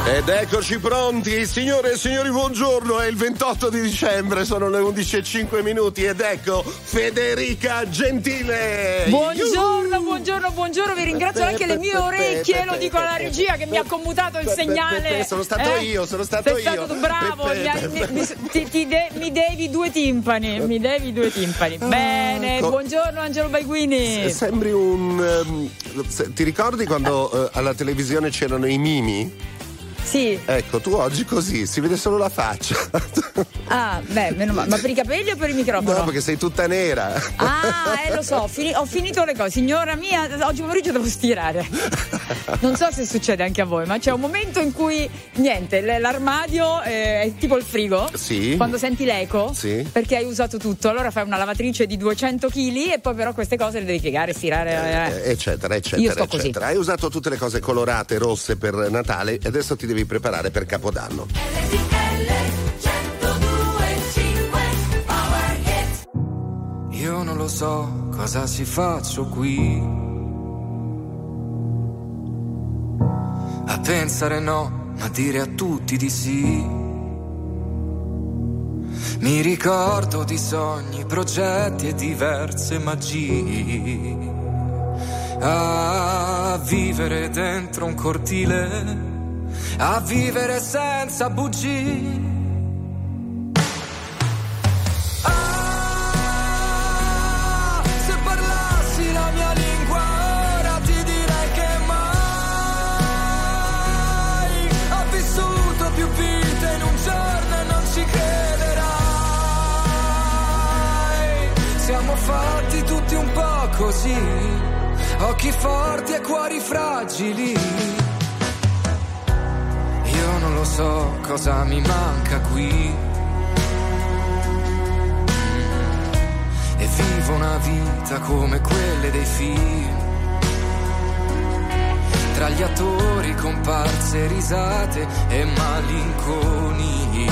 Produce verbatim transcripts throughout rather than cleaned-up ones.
Ed eccoci pronti, signore e signori, buongiorno, è il ventotto di dicembre, sono le undici e cinque minuti ed ecco Federica Gentile. Buongiorno, Yuhu. buongiorno, buongiorno, vi ringrazio anche le mie orecchie, lo dico alla regia che mi ha commutato il segnale. Sono stato eh? io, sono stato Sei io. Stato bravo, mi, hai, mi, mi, ti, ti de, mi devi due timpani, mi devi due timpani. Bene, Ah, co- buongiorno Angelo Baiguini. Sembri un... Um, ti ricordi quando uh, alla televisione c'erano i mimi? Sì. Ecco, tu oggi così, si vede solo la faccia. Ah, beh, meno male. Ma per i capelli o per il microfono? No, perché sei tutta nera. Ah, eh, lo so, fini- ho finito le cose. Signora mia, oggi pomeriggio devo stirare. Non so se succede anche a voi, ma c'è un momento in cui, niente, l- l'armadio eh, è tipo il frigo. Sì. Quando senti l'eco. Sì. Perché hai usato tutto. Allora fai una lavatrice di duecento chili e poi però queste cose le devi piegare, stirare. Eh. Eh, eccetera, eccetera, Io sto eccetera. così. Hai usato tutte le cose colorate, rosse per Natale e adesso ti devi preparare per Capodanno. Io non lo so cosa si faccio qui a pensare no, ma dire a tutti di sì. Mi ricordo di sogni, progetti e diverse magie. A vivere dentro un cortile, a vivere senza bugie. Ah, se parlassi la mia lingua ora ti direi che mai ho vissuto più vite in un giorno e non ci crederai. Siamo fatti tutti un po' così, occhi forti e cuori fragili. Io non lo so cosa mi manca qui e vivo una vita come quelle dei film, tra gli attori, comparse, risate e malinconia.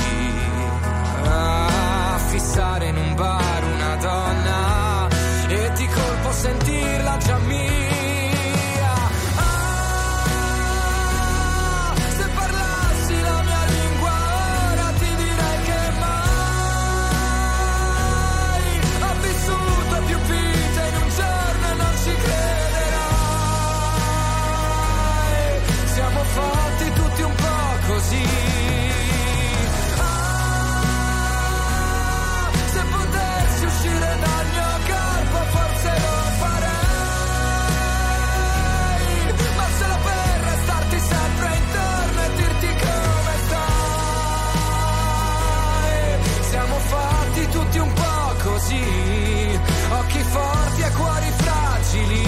A fissare in un bar una donna e di colpo sentirla già mia. Fatti tutti un po' così. Ah, se potessi uscire dal mio corpo forse lo farei, ma solo per restarti sempre intorno e dirti come stai. Siamo fatti tutti un po' così, occhi forti e cuori fragili.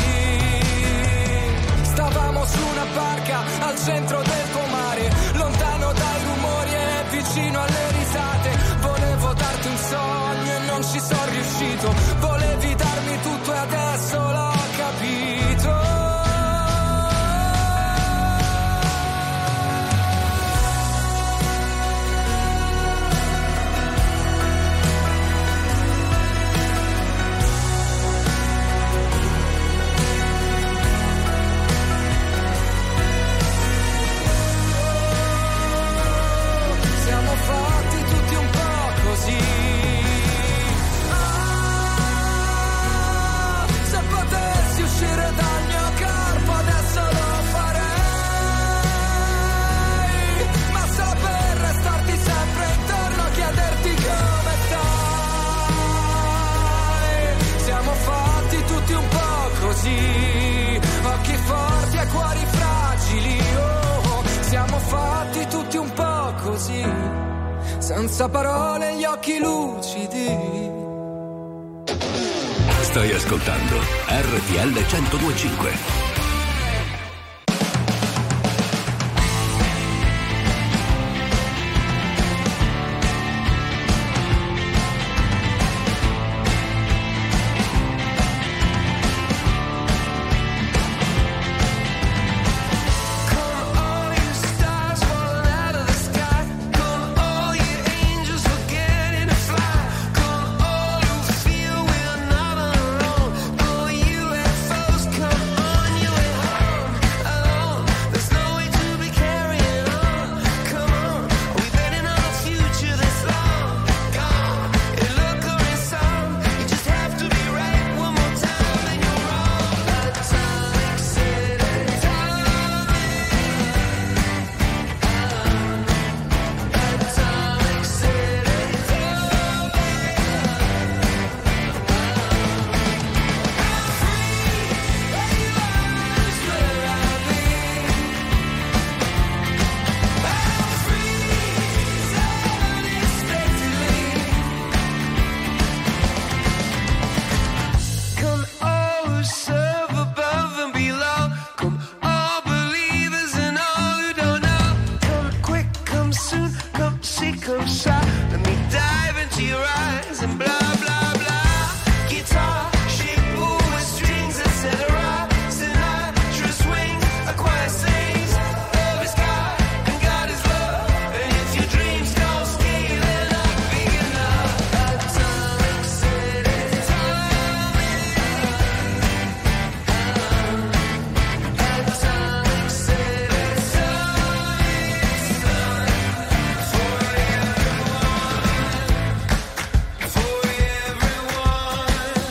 Stavamo su una barca al centro del comare, lontano dai rumori e vicino alle risate. Volevo darti un sogno e non ci sono riuscito. Volevi darmi tutto e adesso l'ho capito. Ah, se potessi uscire dal mio corpo adesso lo farei, ma solo per restarti sempre intorno a chiederti come stai. Siamo fatti tutti un po' così, occhi forti e cuori fragili. Oh, siamo fatti tutti un po' così, senza parole, gli occhi lucidi. Stai ascoltando R T L centodue e cinque. Feel we're not alone. Boy, you had foes, come on, you serve above and below. Come all believers and all who don't know. Come quick, come soon, come see, come shy. Let me dive into your eyes and blah, blah, blah. Guitar, shape, pool with strings, et cetera. Sinatra swings, a choir sings. Love is God and God is love. And if your dreams don't stay, they're not big enough. Atomic City, atomic, atomic city, atomic sun. For everyone, for everyone.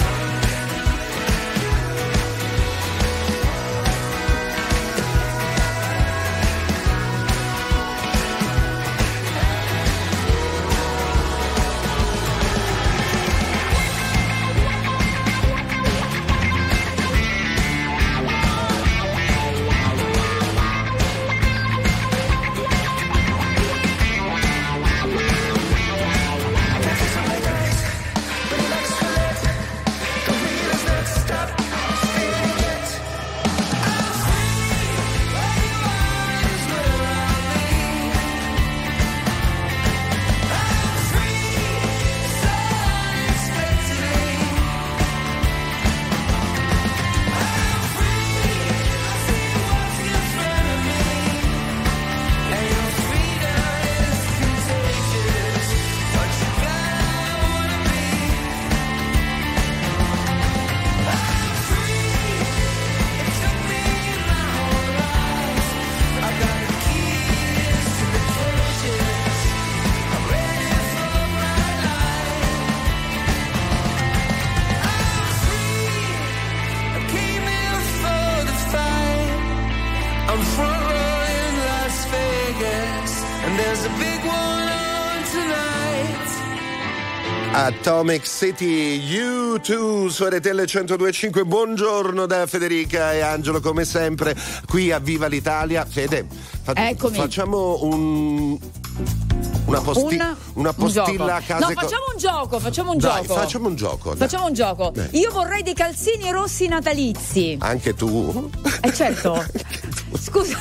I'm front row in Las Vegas, and there's a big one on tonight. Atomic City, U due su R T L centodue e cinque. Buongiorno da Federica e Angelo, come sempre qui a Viva l'Italia. Fede, fa- Eccomi. facciamo un una, posti- Un- una un postilla gioco. a casa. No, facciamo un gioco, facciamo un Dai, gioco. facciamo un gioco. dai. Facciamo un gioco. Dai. Io vorrei dei calzini rossi natalizi. Anche tu? Eh certo. Scusa.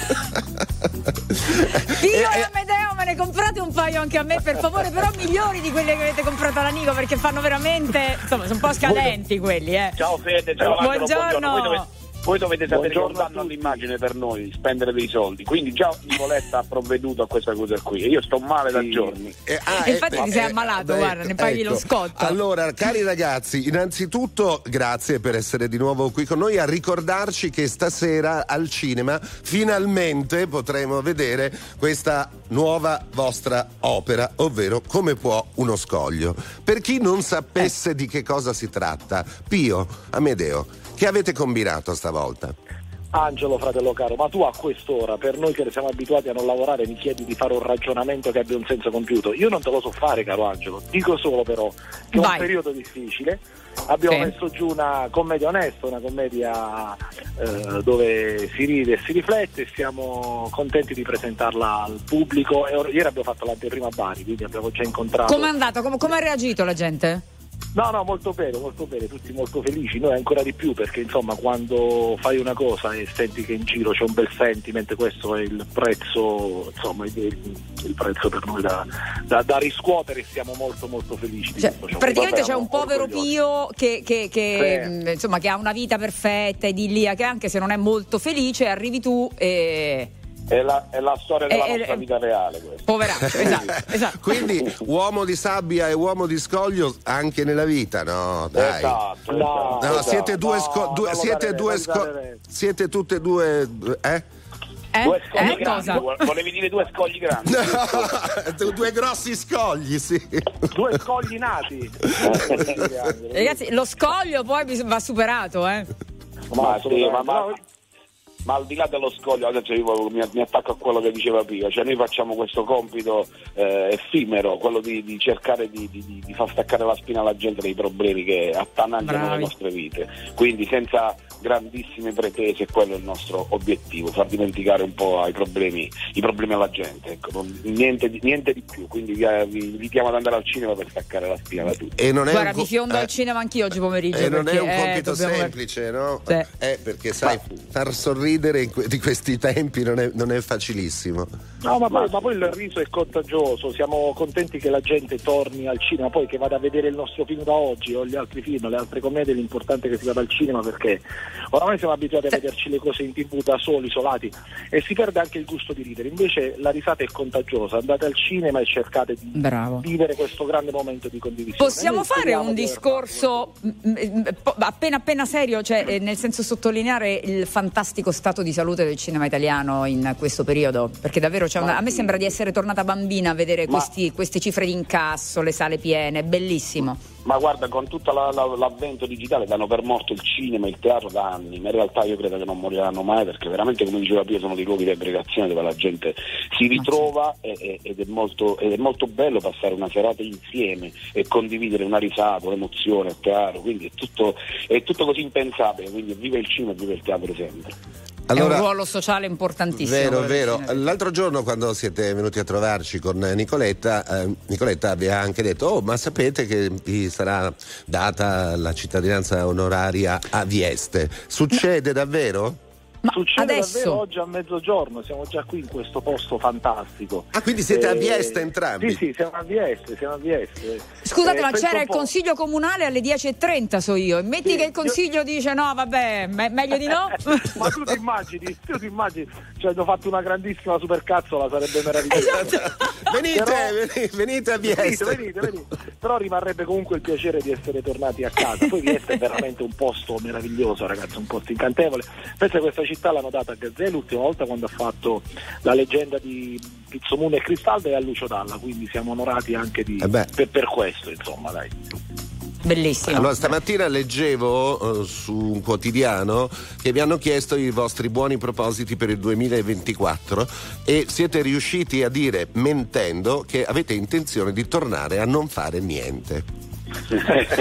Pio Eh, e eh. Amedeo, me ne comprate un paio anche a me, per favore, però migliori di quelli che avete comprato alla Nico, perché fanno veramente, insomma, sono un po' scadenti quelli, eh. Ciao Fede, ciao Angelo, Buongiorno. Voi dovete, voi dovete sapere che è un Buongiorno a danno tutti. all'immagine per noi, spendere dei soldi. Quindi già Nicoletta ha provveduto a questa cosa qui. E io sto male da Sì. giorni. Eh, ah, E infatti ti sei ammalato, guarda, ne paghi lo scotto. Allora, cari ragazzi, innanzitutto grazie per essere di nuovo qui con noi a ricordarci che stasera al cinema finalmente potremo vedere questa nuova vostra opera, ovvero Come può uno scoglio. Per chi non sapesse di che cosa si tratta, Pio, Amedeo, che avete combinato stavolta? Angelo, fratello caro, ma tu a quest'ora, per noi che siamo abituati a non lavorare, mi chiedi di fare un ragionamento che abbia un senso compiuto? Io non te lo so fare, caro Angelo. Dico solo però che è Vai. un periodo difficile. Abbiamo Sì. messo giù una commedia onesta, una commedia eh, dove si ride e si riflette, e siamo contenti di presentarla al pubblico. E or- ieri abbiamo fatto l'anteprima a Bari, quindi abbiamo già incontrato. Com'è andato? Com- come ha reagito la gente? No, no, molto bene, molto bene, tutti molto felici, noi ancora di più, perché insomma quando fai una cosa e senti che in giro c'è un bel sentiment, questo è il prezzo, insomma il, il prezzo per noi da, da, da riscuotere, e siamo molto molto felici di Cioè, tutto ciò. praticamente Vabbè, c'è un siamo povero orgogliosi. Pio che, che, che, Sì. mh, insomma, che ha una vita perfetta, idilliaca, anche se non è molto felice, arrivi tu e... È la, è la storia della Eh, nostra eh, vita reale questa. Poveraccio, esatto, esatto. Quindi uomo di sabbia e uomo di scoglio anche nella vita, no? Dai. Esatto, No, esatto. No, esatto. siete due, No, sco- due- non lo siete darei, due non sco- darei. siete tutte e due eh? Eh? Due scogli Eh, grandi, cosa? vo- volevi dire due scogli grandi. No, due grossi scogli, sì. Due scogli nati. Ragazzi, lo scoglio poi bis- va superato, eh. Ma sì, ma, ma, No, ma al di là dello scoglio, adesso io mi, mi attacco a quello che diceva Pia, cioè noi facciamo questo compito eh, effimero, quello di, di cercare di, di, di far staccare la spina alla gente dei problemi che attanaggiano Bravi. le nostre vite, quindi senza grandissime pretese, quello è il nostro obiettivo, far dimenticare un po' i problemi, i problemi alla gente, ecco, non, niente, niente di più, quindi vi, vi invitiamo ad andare al cinema per staccare la spina da tutti. E non è Guarda, un, mi fiondo eh, al cinema anch'io oggi pomeriggio. E non perché, è un eh, compito dobbiamo... semplice, no? Sì. Eh, perché sai, far sorridere in que- di questi tempi non è, non è facilissimo. No, ma poi, ma poi il riso è contagioso, siamo contenti che la gente torni al cinema, poi che vada a vedere il nostro film da oggi o gli altri film, le altre commedie, l'importante è che si vada al cinema, perché oramai siamo abituati a vederci le cose in tv da soli, isolati, e si perde anche il gusto di ridere. Invece la risata è contagiosa, andate al cinema e cercate di Bravo. vivere questo grande momento di condivisione. Possiamo fare un discorso appena appena serio, cioè nel senso sottolineare il fantastico stato di salute del cinema italiano in questo periodo, perché davvero c'è una, a me sembra di essere tornata bambina a vedere Ma... questi, queste cifre di incasso, le sale piene, è bellissimo. Ma guarda, con tutto la, la, l'avvento digitale danno per morto il cinema e il teatro da anni, ma in realtà io credo che non moriranno mai, perché veramente, come diceva Pio, sono dei luoghi di aggregazione dove la gente si ritrova e, ed, è molto, ed è molto bello passare una serata insieme e condividere una risata, un'emozione, il teatro, quindi è tutto, è tutto così impensabile, quindi vive il cinema e vive il teatro sempre. Allora, è un ruolo sociale importantissimo. Vero, vero. L'altro giorno, quando siete venuti a trovarci con Nicoletta, eh, Nicoletta vi ha anche detto: oh, ma sapete che vi sarà data la cittadinanza onoraria a Vieste? Succede davvero? Ma Succede adesso... davvero oggi a mezzogiorno, siamo già qui in questo posto fantastico. Ah, quindi siete eh, a Vieste entrambi? Sì, sì, siamo a Vieste, siamo a Vieste. Scusate, eh, ma c'era il po'... consiglio comunale alle dieci e trenta, so io. E metti sì, che il consiglio io... dice no, vabbè, me- meglio di no. Ma tu ti immagini, tu ti immagini, ci hanno fatto una grandissima supercazzola, sarebbe meraviglioso. Esatto. Venite, Però... venite, venite a Vieste. Venite, venite, venite. Però rimarrebbe comunque il piacere di essere tornati a casa. Poi Vieste è veramente un posto meraviglioso, ragazzi, un posto incantevole. Penso che questa città l'hanno data a Gazzè l'ultima volta quando ha fatto la leggenda di Pizzomune e Cristaldo e a Lucio Dalla, quindi siamo onorati anche di, eh per, per questo, insomma, dai. Bellissimo. Allora, stamattina leggevo uh, su un quotidiano che vi hanno chiesto i vostri buoni propositi per il duemilaventiquattro e siete riusciti a dire, mentendo, che avete intenzione di tornare a non fare niente. è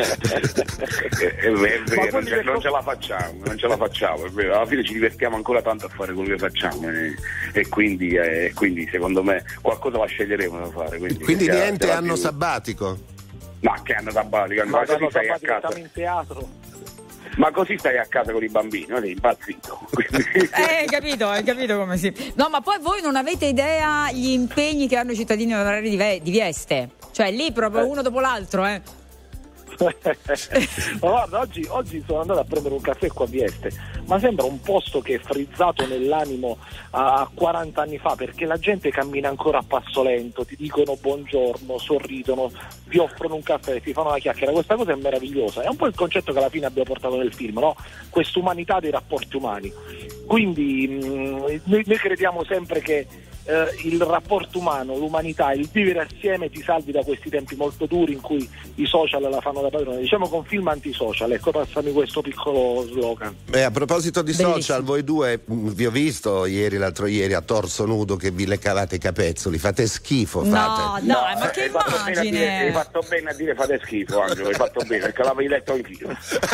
vero, è vero. Non, ce, non ce la facciamo, non ce la facciamo, è vero. Alla fine ci divertiamo ancora tanto a fare quello che facciamo e, e quindi, eh, quindi secondo me qualcosa la sceglieremo da fare. Quindi, quindi sia, niente sia anno più... sabbatico? Ma che anno sabbatico? Ma Ma così stai a casa. Siamo in teatro. Ma così stai a casa con i bambini, non sei impazzito. Quindi... Eh, hai capito, hai capito come si. No, ma poi voi non avete idea gli impegni che hanno i cittadini onorari di, Ve- di Vieste. Cioè lì proprio uno dopo l'altro, eh. Ma guarda, oggi, oggi sono andato a prendere un caffè qua a Vieste, ma sembra un posto che è frizzato nell'animo a quaranta anni fa, perché la gente cammina ancora a passo lento, ti dicono buongiorno, sorridono, vi offrono un caffè, ti fanno una chiacchiera. Questa cosa è meravigliosa, è un po' il concetto che alla fine abbiamo portato nel film, no? Quest'umanità dei rapporti umani. Quindi mh, noi, noi crediamo sempre che eh, il rapporto umano, l'umanità, il vivere assieme ti salvi da questi tempi molto duri in cui i social la fanno da padrone. Diciamo con film antisocial, ecco, passami questo piccolo slogan. Beh, a proposito di Bellissimo. social, voi due mh, vi ho visto ieri, l'altro ieri a torso nudo che vi leccavate i capezzoli, fate schifo, No, fate. dai, No, ma che hai fatto bene a dire- immagine. Hai fatto bene a dire fate schifo, Angelo, hai fatto bene, perché l'avevi letto anch'io.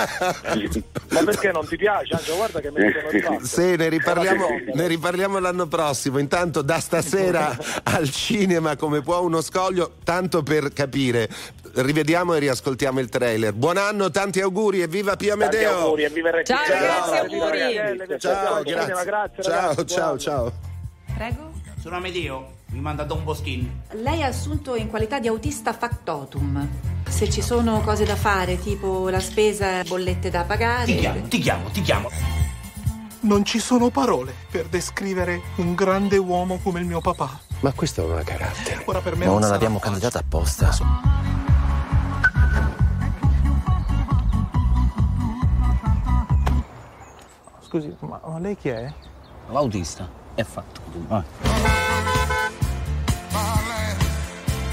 Ma perché non ti piace, Angelo? Guarda che me ne sono rifatto. Sì, ne riparliamo, ne riparliamo l'anno prossimo. Intanto da stasera al cinema come può uno scoglio, tanto per capire. Rivediamo e riascoltiamo il trailer. Buon anno, tanti auguri e viva Pio Tanti Amedeo. auguri e viva il Ciao, regista. ragazzi, Viva auguri. Ragazzi. Ciao, Grazie, grazie. grazie, Ciao, ragazzi, ciao, buon ciao. Prego? Sono Amedeo, mi manda Don Boschin. Lei è assunto in qualità di autista factotum. Se ci sono cose da fare, tipo la spesa, bollette da pagare... Ti chiamo, ti chiamo, ti chiamo. Non ci sono parole per descrivere un grande uomo come il mio papà. Ma questo non ha carattere. Ora per me Ma non non sarà l'abbiamo facile. candidata apposta. Scusi, ma, ma lei chi è? L'autista è fatto. Vai.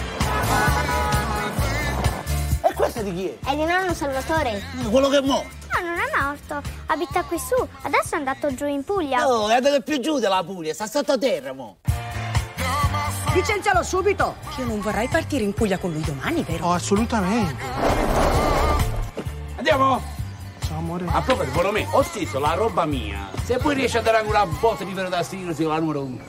E questa di chi è? È di nonno Salvatore. Quello che mo. non è morto, abita qui su, adesso è andato giù in Puglia. Oh, è andato più giù della Puglia, sta sottoterra, mo. Licenzialo subito! Io non vorrei partire in Puglia con lui domani, vero? Oh, assolutamente. Andiamo! Ciao, amore. A proposito, secondo me, ho stesso la roba mia. Se poi riesci a dare anche una botta di vero da stile, sei la numero uno.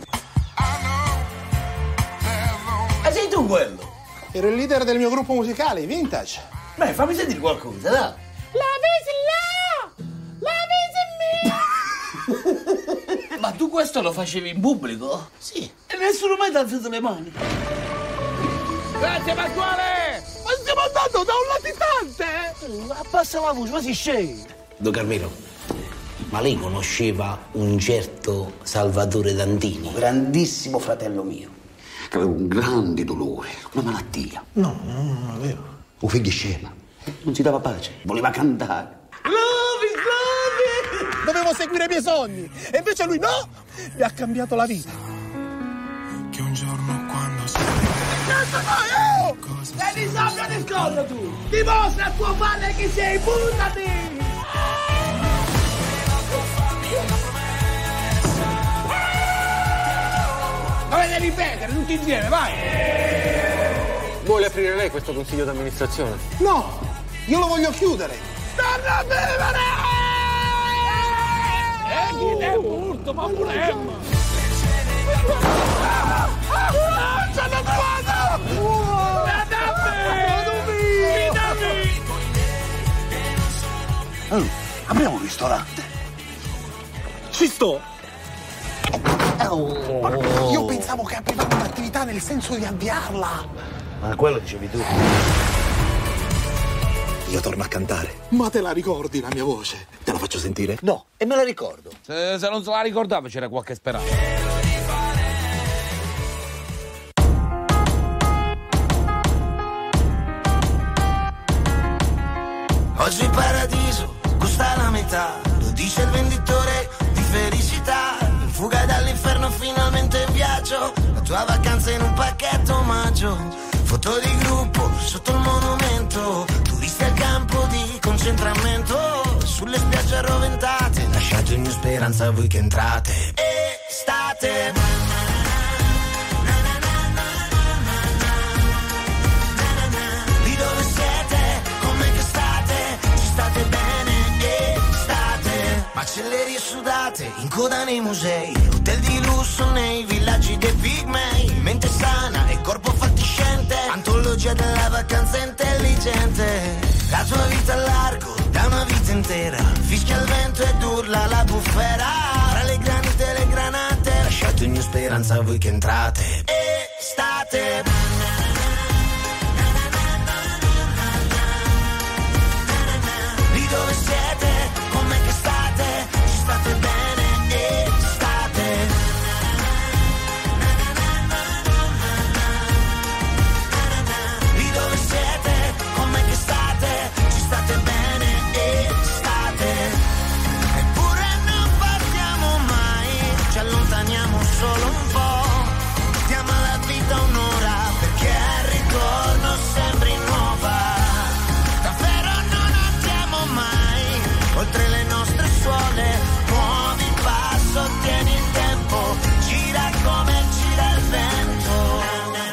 E sei tu quello? Ero il leader del mio gruppo musicale, i Vintage. Beh, fammi sentire qualcosa, dai. La visi là! La visi me! Ma tu questo lo facevi in pubblico? Sì. E nessuno mai ti ha alzato le mani. Grazie Pasquale! Ma stiamo andando da un latitante! Ma passa la voce, ma si scende. Don Carmelo, ma lei conosceva un certo Salvatore Dandini, un grandissimo fratello mio, Che aveva un grande dolore, una malattia. No, no, non è vero. Un figlio scema. Non si dava pace, voleva cantare. Love is love! Dovevo seguire i miei sogni, e invece lui no! Mi ha cambiato la vita. Che un giorno quando sei... Cazzo fai, oh! Sei di sabbia di scorda tu! Dimostra a tuo padre chi sei, buttati! Dovete ripetere tutti insieme, vai! Vuole aprire lei questo consiglio d'amministrazione? No, io lo voglio chiudere. Torna a vivere! E chi è urto, ma pure Ci hanno trovato! Oh, apriamo un ristorante. Ci sto. Oh. Ma io pensavo che aprivamo un'attività nel senso di avviarla. Ma quello dicevi tu. Io torno a cantare. Ma te la ricordi la mia voce? Te la faccio sentire? No, e me la ricordo. Se, se non se la ricordava c'era qualche speranza. Oggi il paradiso costa la metà, lo dice il venditore di felicità. In fuga dall'inferno finalmente in viaggio, la tua vacanza in un pacchetto omaggio. Foto di gruppo sotto il monumento, turisti al campo di concentramento. Sulle spiagge arroventate, lasciate ogni speranza a voi che entrate. Estate. Lì dove siete, come che state, ci state bene e state. Macellerie sudate, in coda nei musei, hotel di lusso nei villaggi dei pigmei. Mente sana e corpo fatiscente, antologia della vacanza intelligente. La tua vita a largo, da una vita intera, fischia il vento ed urla la bufera. Tra le granite e le granate, lasciate ogni speranza a voi che entrate. Estate. Lì dove siete, com'è che state, ci state bene e state. Lì dove siete, com'è che state, ci state bene e state. Eppure non partiamo mai, ci allontaniamo solo un po'. Diamo alla vita un'ora, perché al ritorno sembri nuova. Davvero non andiamo mai oltre le nostre suole. Muovi il passo, tieni il tempo, gira come gira il vento.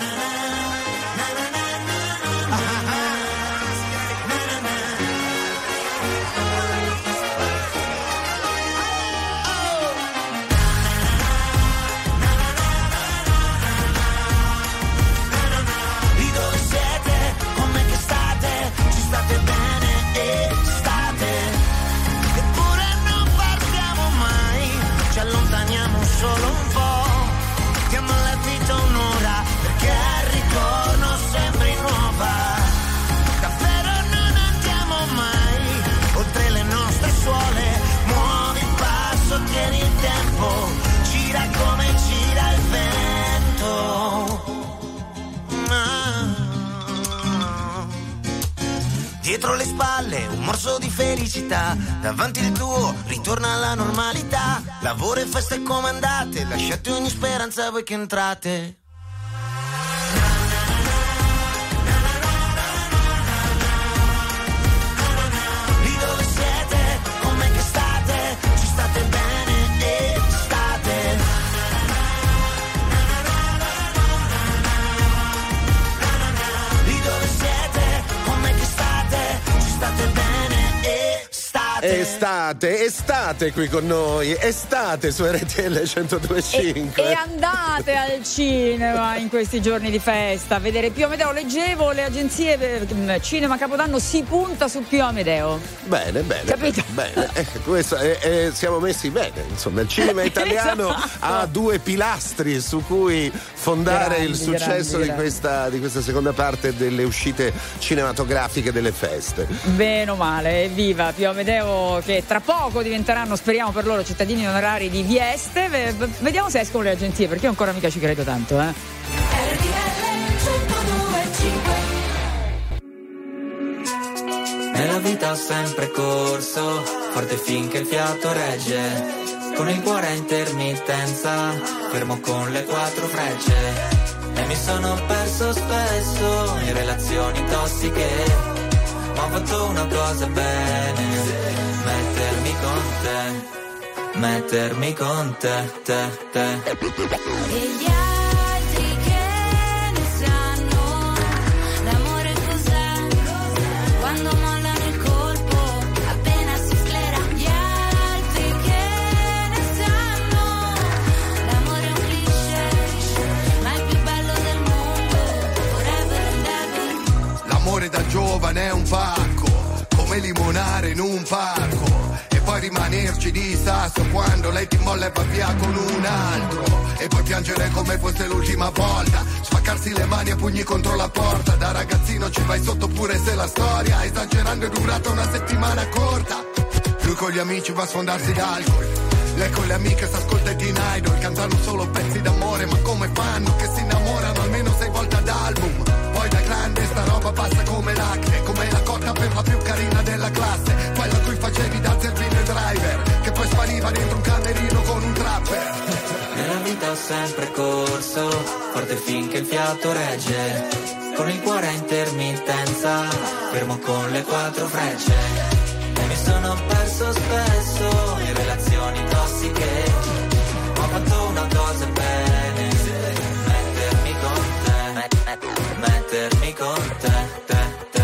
Lì dove siete, com'è che state, ci state bene e state. Eppure non partiamo mai, ci allontaniamo solo un po'. Diamo alla vita un'ora, perché al ritorno sembri nuova. Davvero non andiamo mai oltre le nostre suole. Muovi il passo, tieni il tempo, gira come gira il vento. Ah. Dietro le spalle un morso di felicità, davanti il tuo ritorna alla normalità. Lavoro e feste comandate, lasciate ogni speranza a voi che entrate. Lì dove siete, estate, estate qui con noi, estate su R T L centodue e cinque. E, e andate al cinema in questi giorni di festa a vedere Pio Amedeo. Leggevo le agenzie eh, Cinema Capodanno, si punta su Pio Amedeo. Bene, bene. Capito? Bene, eh, questo, eh, eh, siamo messi bene. Insomma, il cinema italiano Esatto. ha due pilastri su cui fondare Grandi, il successo grandi, di, questa, di questa seconda parte delle uscite cinematografiche delle feste. Bene o male, evviva Pio Amedeo, che tra poco diventeranno, speriamo per loro, cittadini onorari di Vieste. V- vediamo se escono le agenzie, perché io ancora mica ci credo tanto, eh. Nella vita ho sempre corso, forte finché il fiato regge, con il cuore a intermittenza, fermo con le quattro frecce. E mi sono perso spesso in relazioni tossiche, ma ho fatto una cosa bene, mettermi con te, mettermi con te, te, te. E gli altri che ne sanno, l'amore cos'è, quando mollano il colpo, appena si sclera. Gli altri che ne sanno, l'amore è un cliché, ma il più bello del mondo, forever and ever. L'amore da giovane è un pacco, come limonare in un parco, e poi rimanerci di sasso quando lei ti molla e va via con un altro, e poi piangere come fosse l'ultima volta, spaccarsi le mani a pugni contro la porta. Da ragazzino ci vai sotto pure se la storia, esagerando, è durata una settimana corta. Lui con gli amici va a sfondarsi d'alcol, lei con le amiche s'ascolta i Teen Idol, cantano solo pezzi d'amore, ma come fanno che si innamorano almeno sei volte ad album. Poi da grande sta roba passa come l'acne, come la cotta per la più carina della classe, quella a cui facevi da zerbino e driver, che poi spariva dentro un camerino con un trapper. Nella vita ho sempre corso, forte finché il fiato regge, con il cuore a intermittenza, fermo con le quattro frecce. E mi sono perso spesso in relazioni tossiche, ma ho fatto una cosa bene, mettermi con te, mettermi con te, te,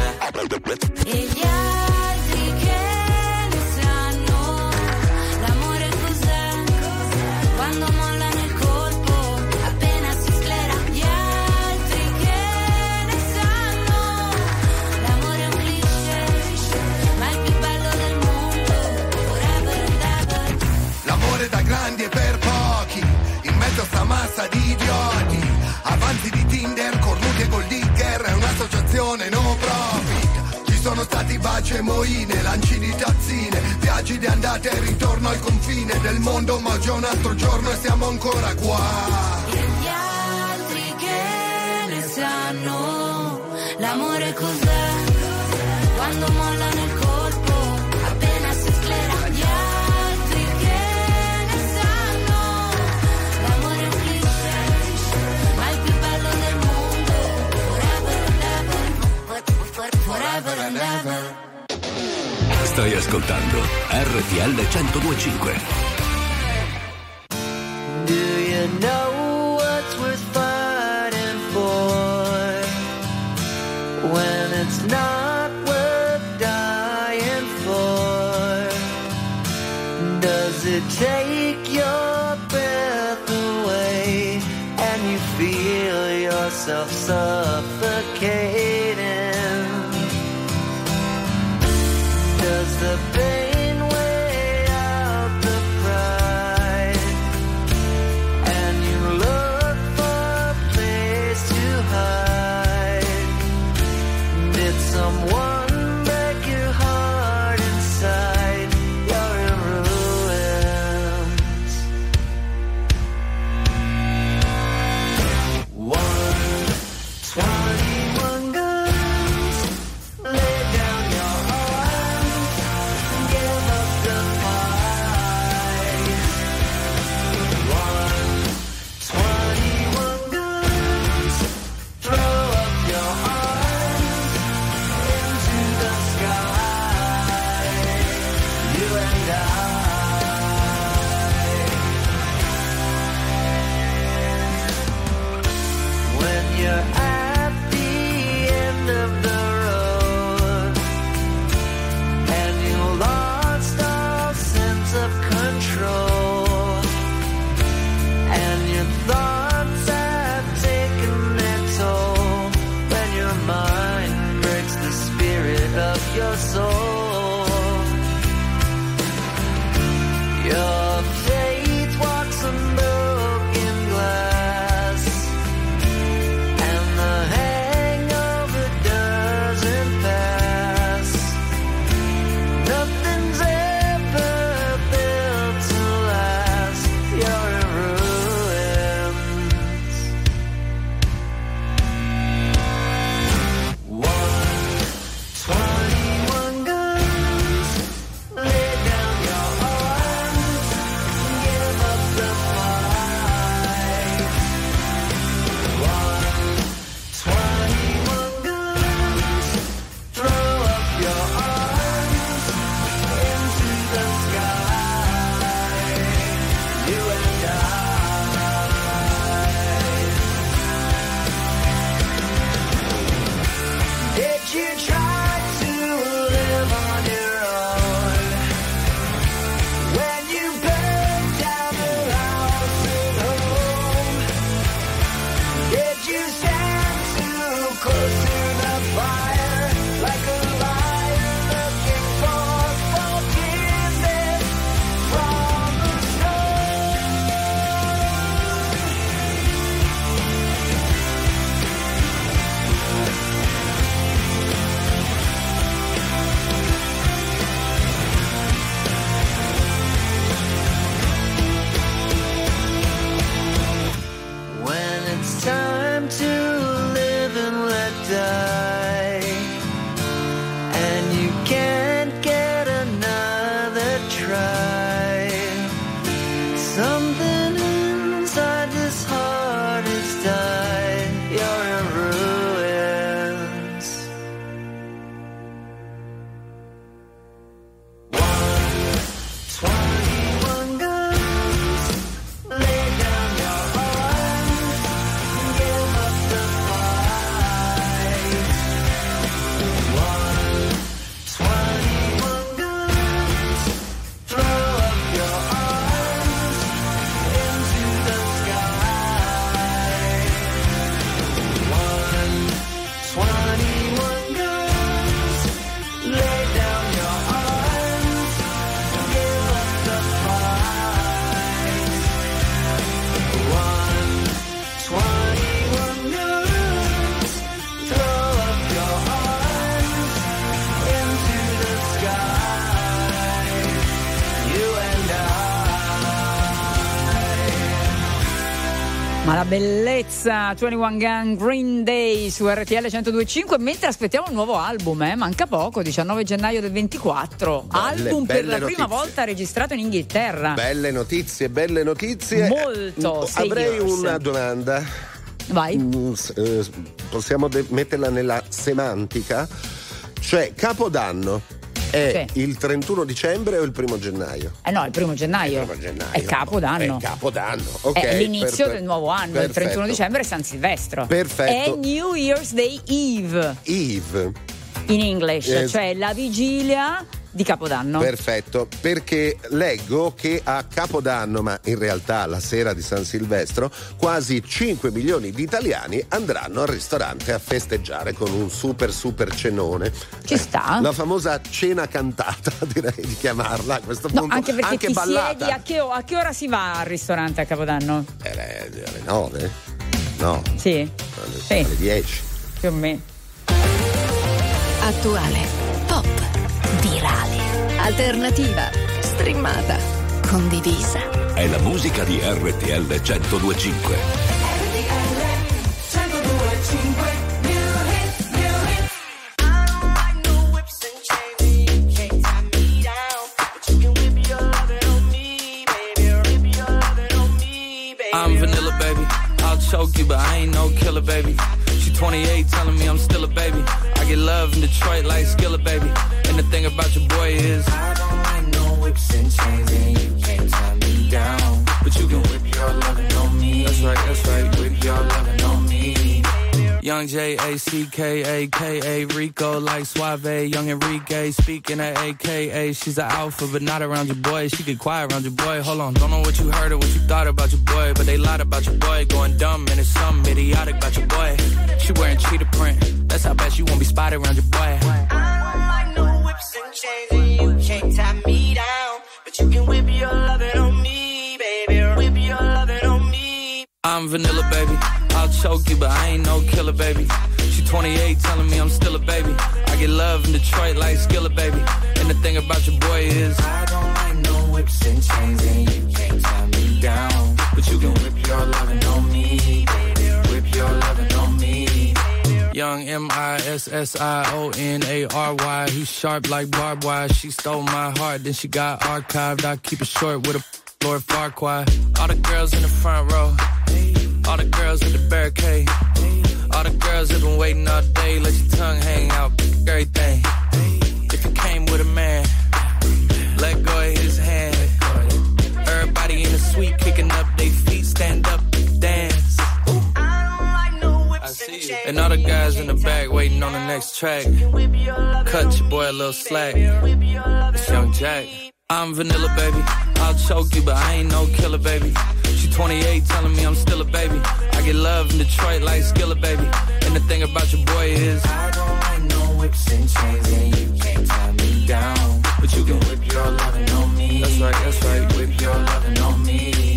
te. E gli altri che ne sanno, l'amore cos'è, quando mollano il colpo, appena si sclera. Gli altri che ne sanno, l'amore è un cliché, ma il più bello del mondo, forever and ever. L'amore da grandi e per pochi, in mezzo a sta massa di idioti, avanti di Tinder, cornuti e gold digger, è un'associazione no profit. Ci sono stati baci e moine, lanci di tazzine, viaggi di andata e ritorno al confine del mondo, ma oggi è un altro giorno e siamo ancora qua. E gli altri che ne sanno, l'amore cos'è, quando mollano il colpo, appena si sclera. Gli altri che ne sanno, l'amore è un cliché, ma il più bello del mondo, forever and ever, forever and ever. Stai ascoltando R T L centodue e cinque. Do you know what's worth fighting for when it's not worth dying for? Does it take your breath away and you feel yourself suffocating? Does the pain weigh out the pride and you look for a place to hide? Did someone break your heart inside? You're in ruins. One, twenty-one guns, lay down your arms, give up the fight. One, twenty-one guns, throw up your arms into the sky. You and I. When you're at the end of the road and you lost all right. Something inside this heart has died. You're in ruins. One, twenty-one guns. Lay down your arms and give up the fight. One, twenty-one guns. Throw up your arms into the sky. One, twenty-one guns. Lay down your arms and give up the fight. One, twenty-one guns. Throw up your arms into the sky. You and Ma la bellezza, ventuno Gun Green Day su R T L centodue e cinque, mentre aspettiamo un nuovo album, eh? Manca poco, diciannove gennaio del ventiquattro. Belle, album per belle la prima notizie. volta registrato in Inghilterra. Belle notizie, belle notizie. Molto, Eh, Avrei serious. una domanda. Vai. Mm, s- eh, possiamo de- metterla nella semantica? Cioè, Capodanno è Sì. il trentuno dicembre o il primo gennaio? Eh no, il primo gennaio. Il primo gennaio. È Capodanno. È Capodanno, ok. È l'inizio perfetto. del nuovo anno, il Perfetto. trentuno dicembre è San Silvestro. Perfetto. È New Year's Day Eve Eve. in English, Eh, cioè la vigilia di Capodanno. Perfetto, perché leggo che a Capodanno, ma in realtà la sera di San Silvestro, quasi cinque milioni di italiani andranno al ristorante a festeggiare con un super super cenone. Ci sta. La famosa cena cantata, direi di chiamarla a questo No, punto. anche perché ti ballata. siedi, a che, o- a che ora si va al ristorante a Capodanno? Eh, alle, alle nove? No. Sì. Alle, Sì. alle dieci. Più o meno. Attuale, pop, virale, alternativa, streamata, condivisa. È la musica di R T L centodue e cinque. I'm vanilla, baby. I'll choke you, but I ain't no killer, baby. She twenty-eight, telling me I'm still a baby. I get love in Detroit like Skillet, baby. And the thing about your boy is I don't like no whips and chains, and you can't tie me down. But you can whip your lovin' on me. That's right, that's right. Whip your lovin' on me. Young J A C K A K A Rico like Suave. Young Enrique speaking at A K A. She's an alpha, but not around your boy. She get quiet around your boy. Hold on, don't know what you heard or what you thought about your boy, but they lied about your boy. Going dumb and it's something idiotic about your boy. She wearing cheetah print. That's how bad she won't be spotted around your boy. I don't like no whips and chains, and you can't tie me down. But you can whip your lovin' on me, baby. Whip your lovin' on me. I'm vanilla, baby. I'll choke you, but I ain't no killer, baby. She twenty-eight, telling me I'm still a baby. I get love in Detroit like Skillet, baby. And the thing about your boy is I don't like no whips and chains, and you can't tie me down. But you can whip your lovin' on me, baby. Whip your lovin' on me. Young M I S S I O N A R Y. He's sharp like barbed wire. She stole my heart, then she got archived. I keep it short with a Lord Farquaad. All the girls in the front row. All the girls at the barricade. All the girls have been waiting all day. Let your tongue hang out, everything. If you came with a man, let go of his hand. Everybody in the suite kicking up their feet. Stand up, dance. I see you. And all the guys in the back waiting on the next track. Cut your boy a little slack. It's Young Jack. I'm vanilla, baby. I'll choke you, but I ain't no killer, baby. She twenty-eight, telling me I'm still a baby. I get love in Detroit like Skillet, baby. And the thing about your boy is I don't like no whips and chains, and you can't tie me down. But you can whip your lovin' on me. That's right, that's right. Whip your lovin' on me.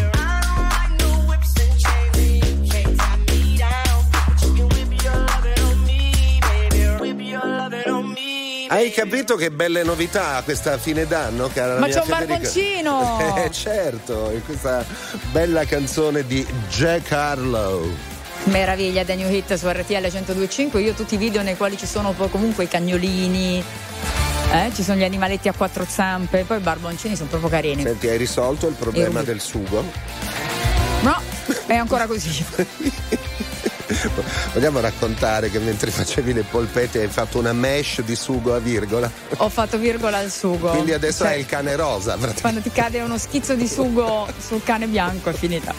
Hai capito che belle novità questa fine d'anno, cara Ma mia c'è un Federica? barboncino! Eh, certo, in questa bella canzone di Jack Harlow. Meraviglia, The New Hit su R T L centodue e cinque. Io tutti i video nei quali ci sono poi comunque i cagnolini, Eh, ci sono gli animaletti a quattro zampe, poi i barboncini sono proprio carini. Senti, hai risolto il problema del sugo? No, è ancora così. Vogliamo raccontare che mentre facevi le polpette hai fatto una mesh di sugo a virgola? Ho fatto virgola al sugo. Quindi adesso cioè, è il cane rosa. Quando ti cade uno schizzo di sugo sul cane bianco è finita.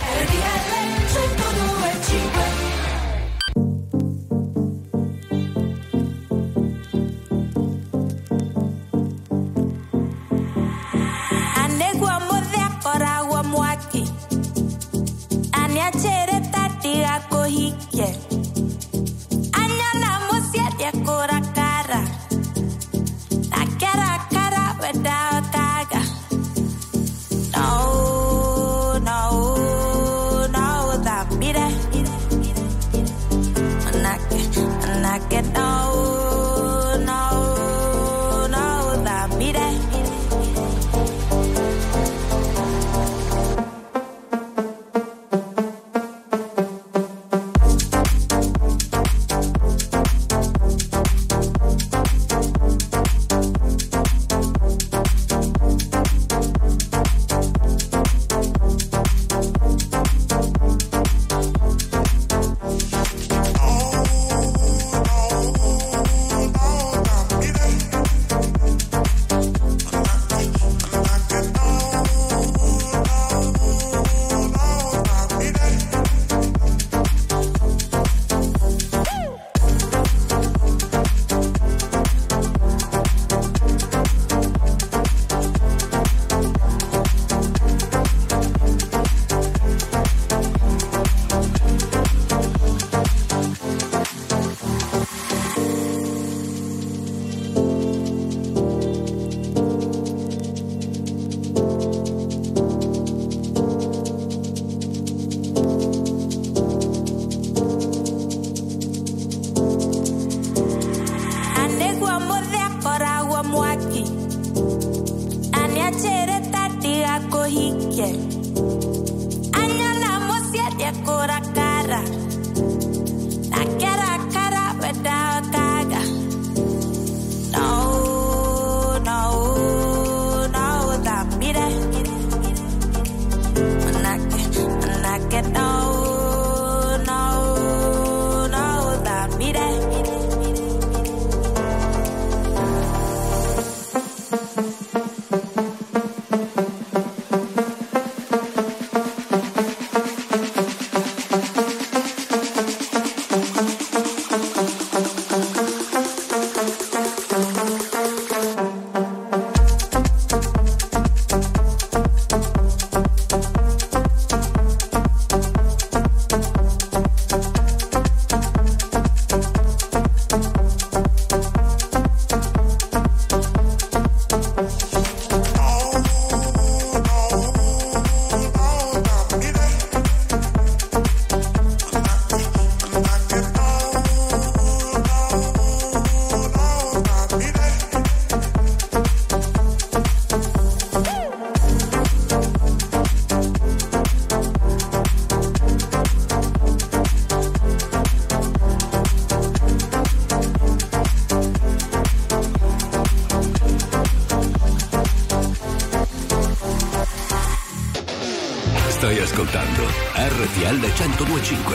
Stai ascoltando R T L centodue e cinque.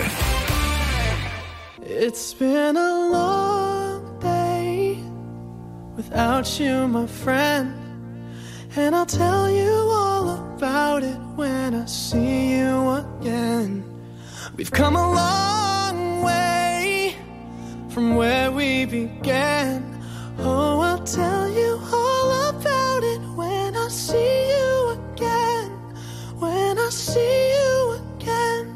It's been a long day without you, my friend, and I'll tell you all about it when I see you again. We've come a long way from where we began. Oh, I'll tell you all about it when I see you again. When I see you again.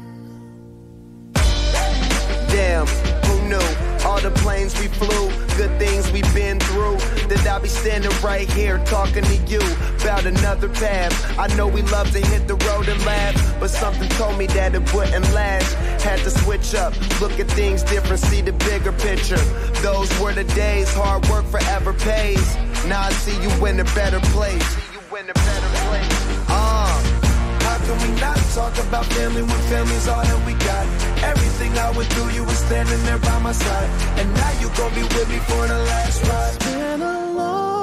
Damn, who knew? All the planes we flew, good things we've been through. That I'll be standing right here talking to you about another path. I know we love to hit the road and laugh, but something told me that it wouldn't last. Had to switch up, look at things different, see the bigger picture. Those were the days, hard work forever pays. Now I see you in a better place. See you in a better place. Uh, how can we not talk about family when family's all that we got? Everything I went through, you were standing there by my side, and now you gon' be with me for the last ride. It's been a long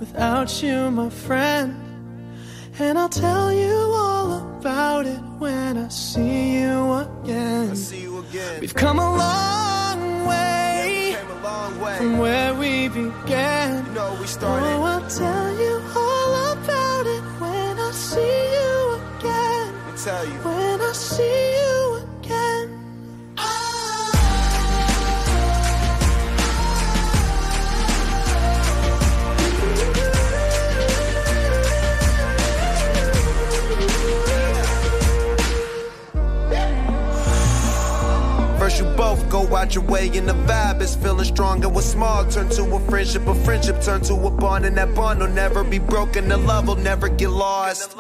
without you, my friend. And I'll tell you all about it when I see you again. I see you again. We've come a long way, yeah, we came a long way from where we began. You know we started. Oh, I'll tell you all about it when I see you again. Let me tell you. When I see you again. You both go out your way and the vibe is feeling strong. And what's small turn to a friendship, a friendship turn to a bond, and that bond will never be broken, the love will never get lost.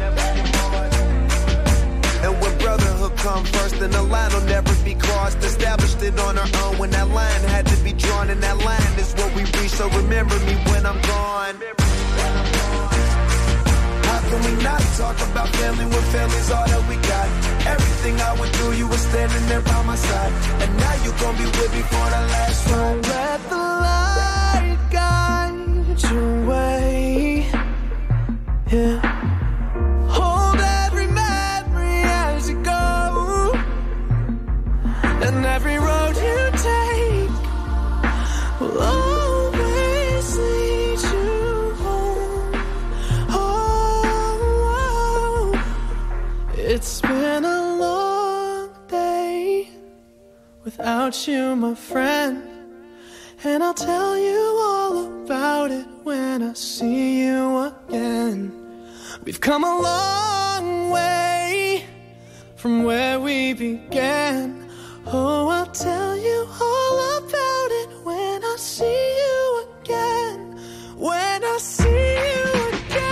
And when brotherhood come first, then the line will never be crossed. Established it on our own when that line had to be drawn, and that line is what we reach. So remember me when I'm gone. How can we not talk about family when family's all that we got? Everything I went through, you were standing there by my side. And now you gon' be with me for the last ride. Don't let the light guide your way. Yeah. Hold every memory as you go. And every road you take will always lead you home. Oh, it's been a long day without you, my friend. And I'll tell you all about it when I see you again. We've come a long way from where we began. Oh, I'll tell you all about it when I see you again. When I see you again.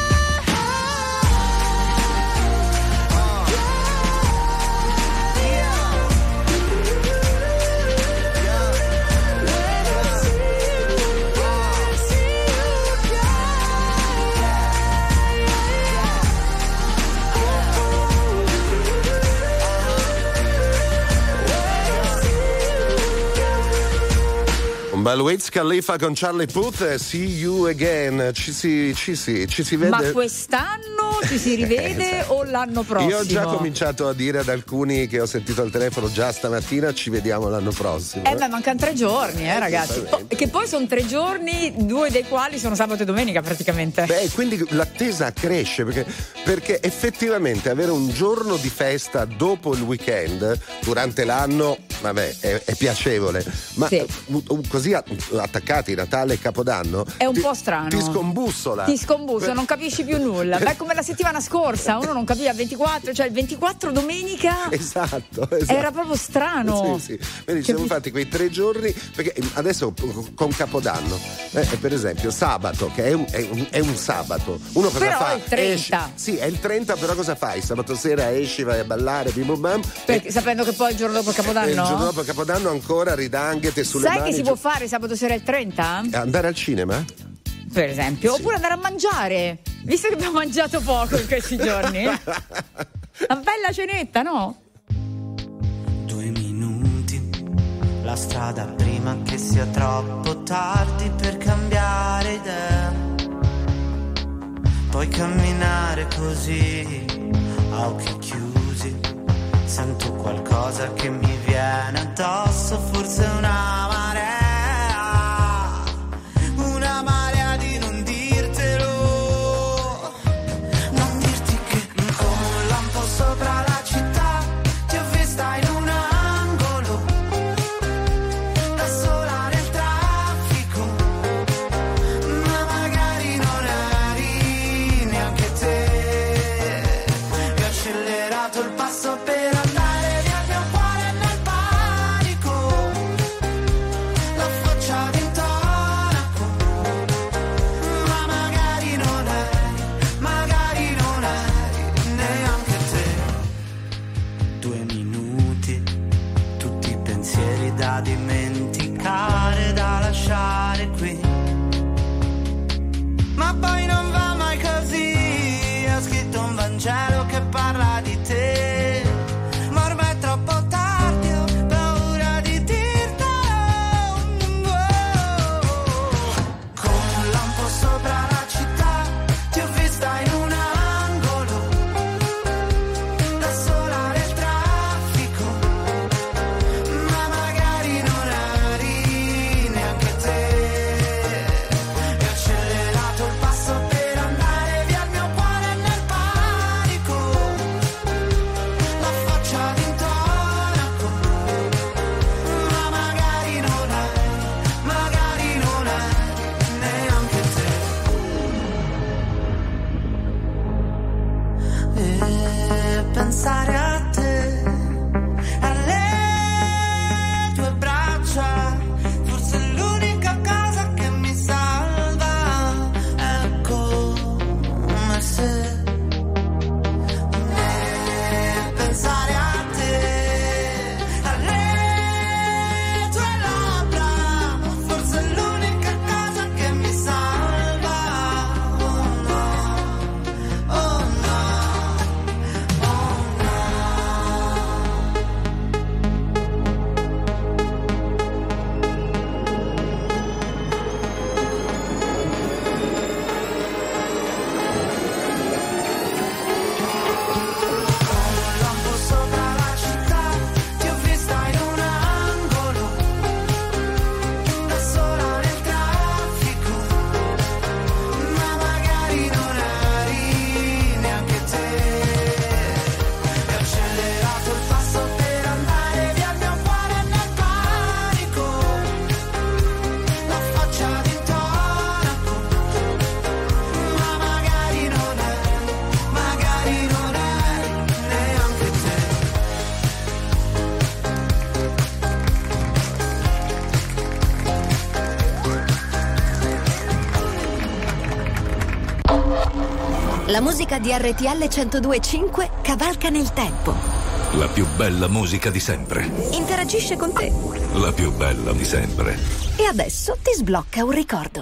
Wiz Khalifa con Charlie Puth, See You Again. Ci si, ci si, ci si vede. Ma quest'anno ci si rivede esatto. o l'anno prossimo? Io ho già cominciato a dire ad alcuni che ho sentito al telefono già stamattina, ci vediamo l'anno prossimo. Eh beh, mancano tre giorni, eh ragazzi. Po- che poi sono tre giorni, due dei quali sono sabato e domenica praticamente. Beh, quindi l'attesa cresce perché, perché effettivamente avere un giorno di festa dopo il weekend durante l'anno, vabbè, è, è piacevole. Ma sì. Così attaccati Natale e Capodanno è un ti, po' strano, ti scombussola ti scombussola, non capisci più nulla. Beh, come la settimana scorsa uno non capiva il ventiquattro, cioè il ventiquattro domenica esatto, esatto. Era proprio strano. sì, sì. Quindi ci siamo fatti quei tre giorni perché adesso con Capodanno eh, per esempio sabato che è un, è un, è un sabato uno cosa però fa? È il trenta. Esci, sì è il trenta, però cosa fai? Sabato sera esci, vai a ballare bim bum bam, perché, e, sapendo che poi il giorno dopo Capodanno il giorno dopo Capodanno ancora ridanghete sulle sai mani. Sai che si può fare sabato sera il trenta? Andare al cinema? Per esempio, sì. Oppure andare a mangiare, visto che abbiamo mangiato poco in questi giorni. Una bella cenetta, no? Due minuti, la strada prima che sia troppo tardi per cambiare idea. Puoi camminare così, a occhi chiusi. Sento qualcosa che mi viene addosso, forse una marea. Una marea di non dirtelo, non dirti che come un lampo sopra la città ti ho vista in un angolo, da sola nel traffico, ma magari non eri neanche te. E ho accelerato il passo per andare via, il mio cuore nel panico. La musica di R T L centodue e cinque cavalca nel tempo. La più bella musica di sempre. Interagisce con te. La più bella di sempre. E adesso ti sblocca un ricordo.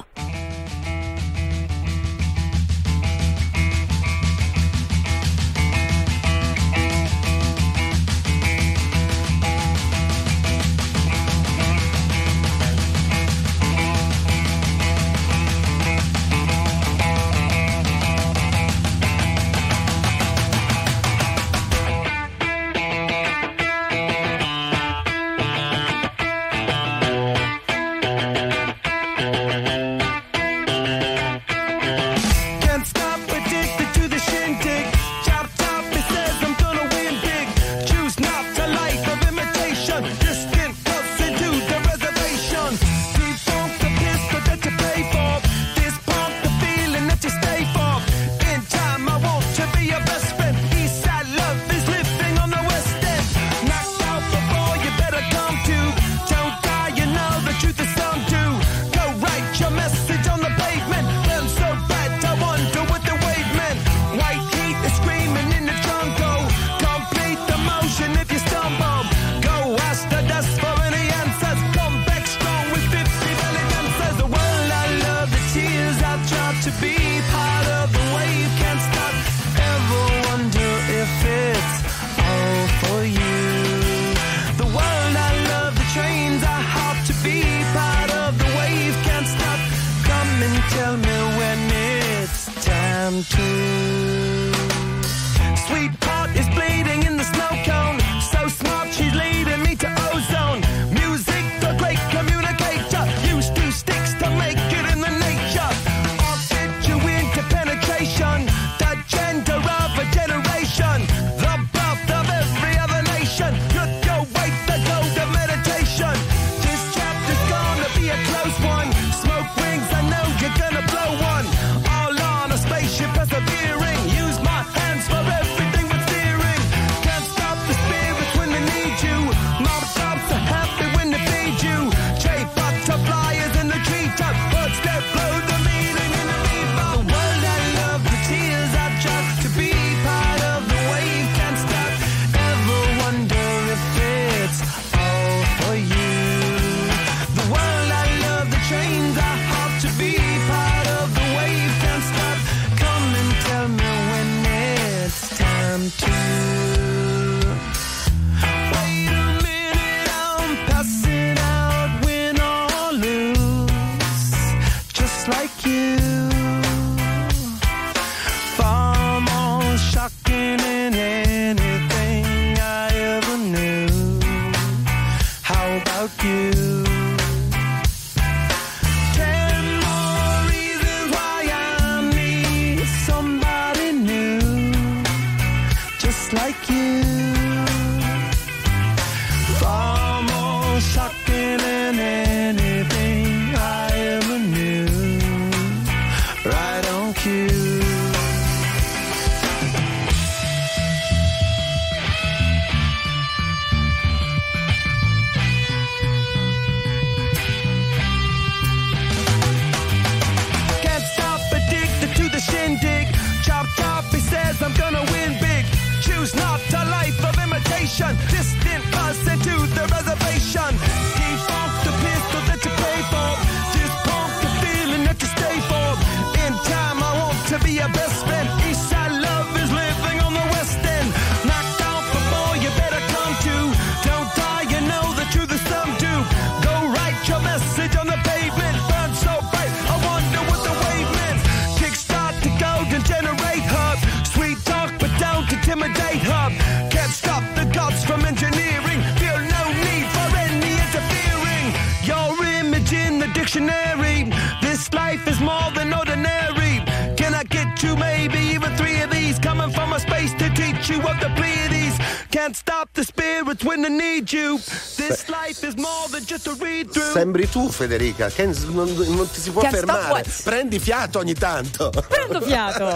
Sembri tu, Federica, che non, non ti si può Can't fermare. Prendi fiato ogni tanto. Prendo fiato.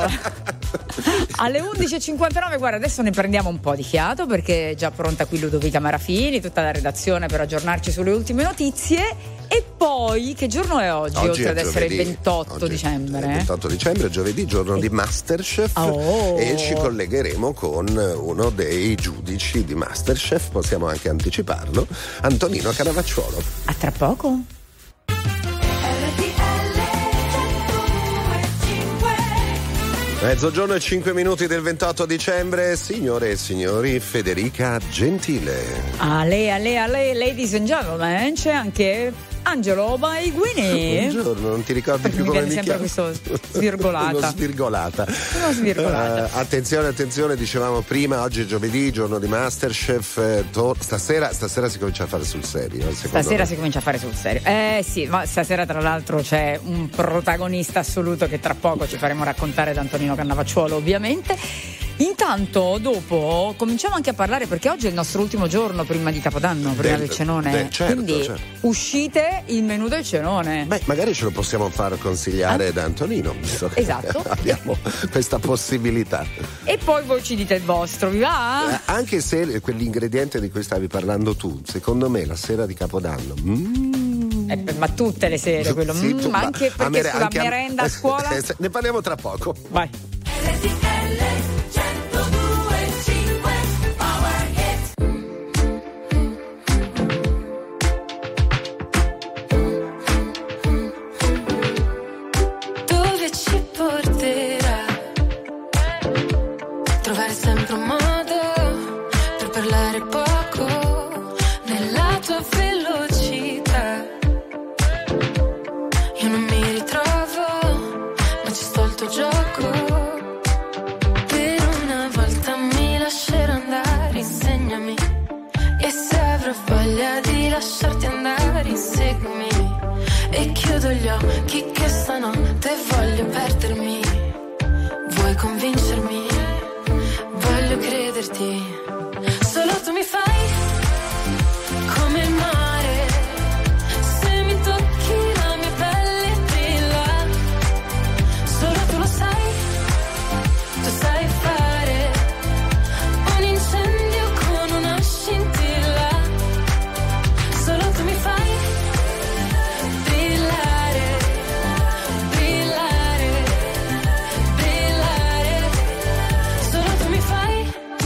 Alle undici e cinquantanove, guarda, adesso ne prendiamo un po' di fiato perché è già pronta qui Ludovica Marafini, tutta la redazione per aggiornarci sulle ultime notizie. E E poi che giorno è oggi, oggi oltre è ad essere il giovedì. ventotto Oggi dicembre? È il ventotto dicembre, giovedì, giorno di Masterchef. Oh. E ci collegheremo con uno dei giudici di Masterchef, possiamo anche anticiparlo, Antonino Carnavacciuolo. A tra poco. Mezzogiorno e cinque minuti del ventotto dicembre, signore e signori, Federica Gentile. Ale, ale, ale, ladies and gentlemen, c'è anche Angelo Baiguini. Buongiorno, non ti ricordi Perché più mi come viene mi sempre chiamo? questo svirgolata. Uno svirgolata. Uno svirgolata. Uh, attenzione, attenzione, dicevamo prima, oggi è giovedì, giorno di Masterchef. Eh, to- stasera, stasera si comincia a fare sul serio. Stasera me. si comincia a fare sul serio. Eh sì, ma stasera tra l'altro c'è un protagonista assoluto che tra poco ci faremo raccontare da Antonino Carnavacciuolo, ovviamente. Intanto, dopo, cominciamo anche a parlare, perché oggi è il nostro ultimo giorno prima di Capodanno, prima del, del cenone. Beh, certo, Quindi certo. uscite il menù del cenone. Beh, magari ce lo possiamo far consigliare ah. da Antonino, visto che esatto. abbiamo questa possibilità. E poi voi ci dite il vostro, vi va? Eh, anche se quell'ingrediente di cui stavi parlando tu, secondo me la sera di Capodanno. Mm. Eh, ma tutte le sere quello. Sì, mm, tu, ma anche perché mere- sulla anche merenda a, a scuola. Ne parliamo tra poco. Vai. Dove ci porterà? Trovare sempre un modo per parlare poco nella tua velocità. Io non mi ritrovo, ma ci sto il tuo gioco. Per una volta mi lascerò andare, insegnami. E se avrò voglia di lasciarti andare, inseguimi. E chiudo gli occhi che stanotte voglio perdermi. Vuoi convincermi? Voglio crederti. Solo tu mi fai come il mare. Se mi tocchi la mia pelle brilla. Solo tu lo sai. Tu sai fare un incendio con una scintilla. Solo tu mi fai brillare, brillare, brillare. Solo tu mi fai.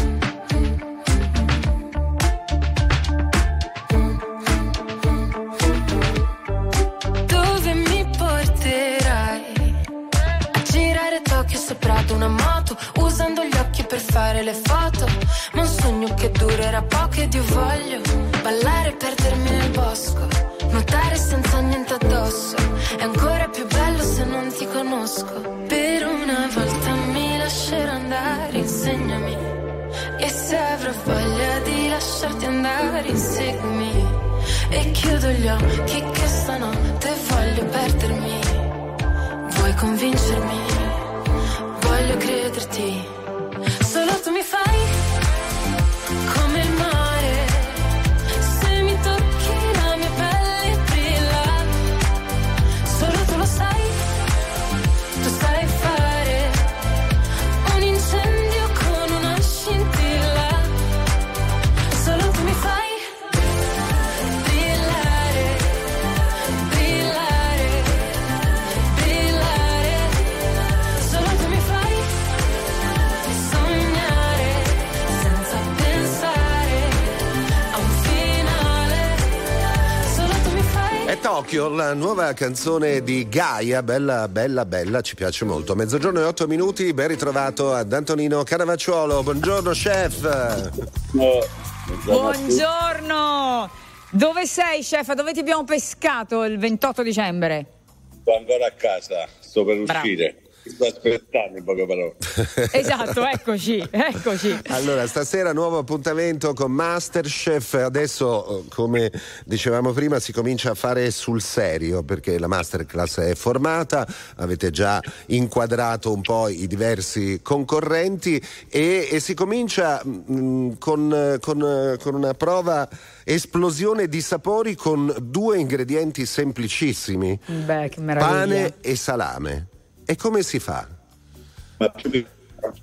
Dove mi porterai? A girare Tokyo sopra ad una moto, usando gli occhi per fare le foto. Ma un sogno che durerà poco ed io voglio ballare e perdermi nel bosco, nuotare senza niente addosso. È ancora più bello se non ti conosco. Per una volta mi lascerò andare, insegnami. E se avrò voglia di lasciarti andare, inseguimi. E chiudo gli occhi che stanotte voglio perdermi. Vuoi convincermi? Voglio crederti. Solo tu mi fai come il mare. Se mi tocchi la mia pelle brilla. Solo tu lo sai. Tu sai fare un incendio con una scintilla. Solo tu mi fai brillare, brillare, brillare. Solo tu mi fai sognare senza pensare a un finale. Solo tu mi fai. È Tokyo, la nuova canzone di Gaia, bella, bella, bella, ci piace molto. Mezzogiorno e otto minuti, ben ritrovato ad Antonino Carnavacciuolo. Buongiorno chef. Buongiorno. Dove sei, chef? Dove ti abbiamo pescato il ventotto dicembre? Sto ancora a casa, sto per Bravo. uscire. Sto aspettando in poche parole. Esatto, eccoci, eccoci. Allora, stasera nuovo appuntamento con Masterchef. Adesso, come dicevamo prima, si comincia a fare sul serio, perché la masterclass è formata, avete già inquadrato un po' i diversi concorrenti e, e si comincia mh, con, con, con una prova esplosione di sapori con due ingredienti semplicissimi. Beh, che meraviglia. Pane e salame. E come si fa? Ma più di...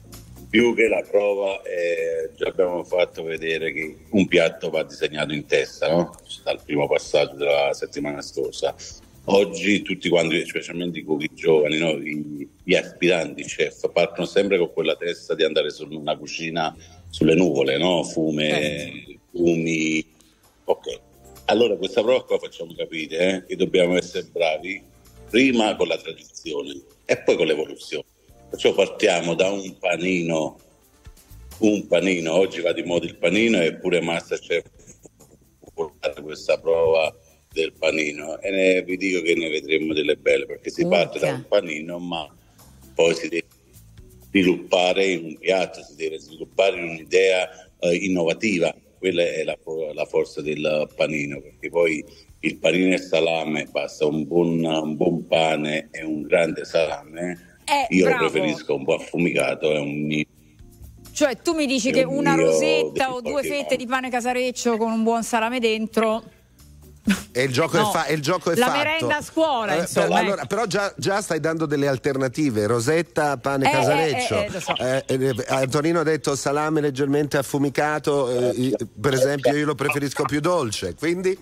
più che la prova, eh, già abbiamo fatto vedere che un piatto va disegnato in testa, no? Dal primo passaggio della settimana scorsa. Oggi tutti quanti, specialmente i cuochi giovani, no? I, gli aspiranti chef, partono sempre con quella testa di andare su una cucina sulle nuvole, no? Fume, eh. fumi. Ok, allora questa prova qua facciamo capire eh, che dobbiamo essere bravi prima con la tradizione e poi con l'evoluzione. Perciò partiamo da un panino, un panino, oggi va di moda il panino, eppure Masterchef portare questa prova del panino, e ne, vi dico che ne vedremo delle belle, perché si Minchia. parte da un panino, ma poi si deve sviluppare in un piatto, si deve sviluppare in un'idea eh, innovativa. Quella è la, la forza del panino, perché poi il panino e il salame, basta un buon, un buon pane e un grande salame. Eh, Io bravo. lo preferisco un po' affumicato, è un mio. Cioè tu mi dici È che un una mio rosetta o dei due pochi fette modi. di pane casareccio con un buon salame dentro. E il gioco, No, è, fa- e il gioco è la fatto. merenda a scuola, Eh, insomma, però, ecco. allora, però già, già stai dando delle alternative. Rosetta, pane Eh, casareccio. eh, eh, lo so. Eh, eh, Antonino ha detto salame leggermente affumicato. eh, i- per esempio, io lo preferisco più dolce. Quindi.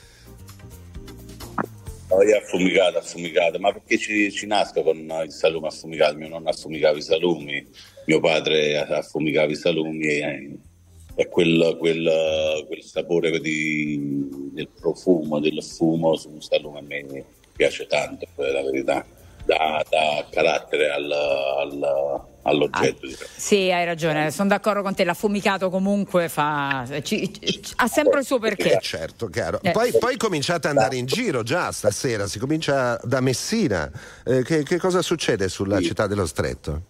Poi affumicato, affumicato, ma perché ci, ci nasco con il salume affumicato? Mio nonno affumicava i salumi, mio padre affumicava i salumi e, e quel, quel, quel sapore di, del profumo, del fumo sul salume a me piace tanto, per la verità, dà, dà carattere al, al, all'oggetto. Ah, sì, hai ragione, sono d'accordo con te, l'affumicato comunque fa ci, ci- ha sempre il suo perché. Eh, certo, chiaro. Eh. Poi, poi cominciate ad andare in giro già stasera, si comincia da Messina. Eh, che, che cosa succede sulla Sì. città dello Stretto?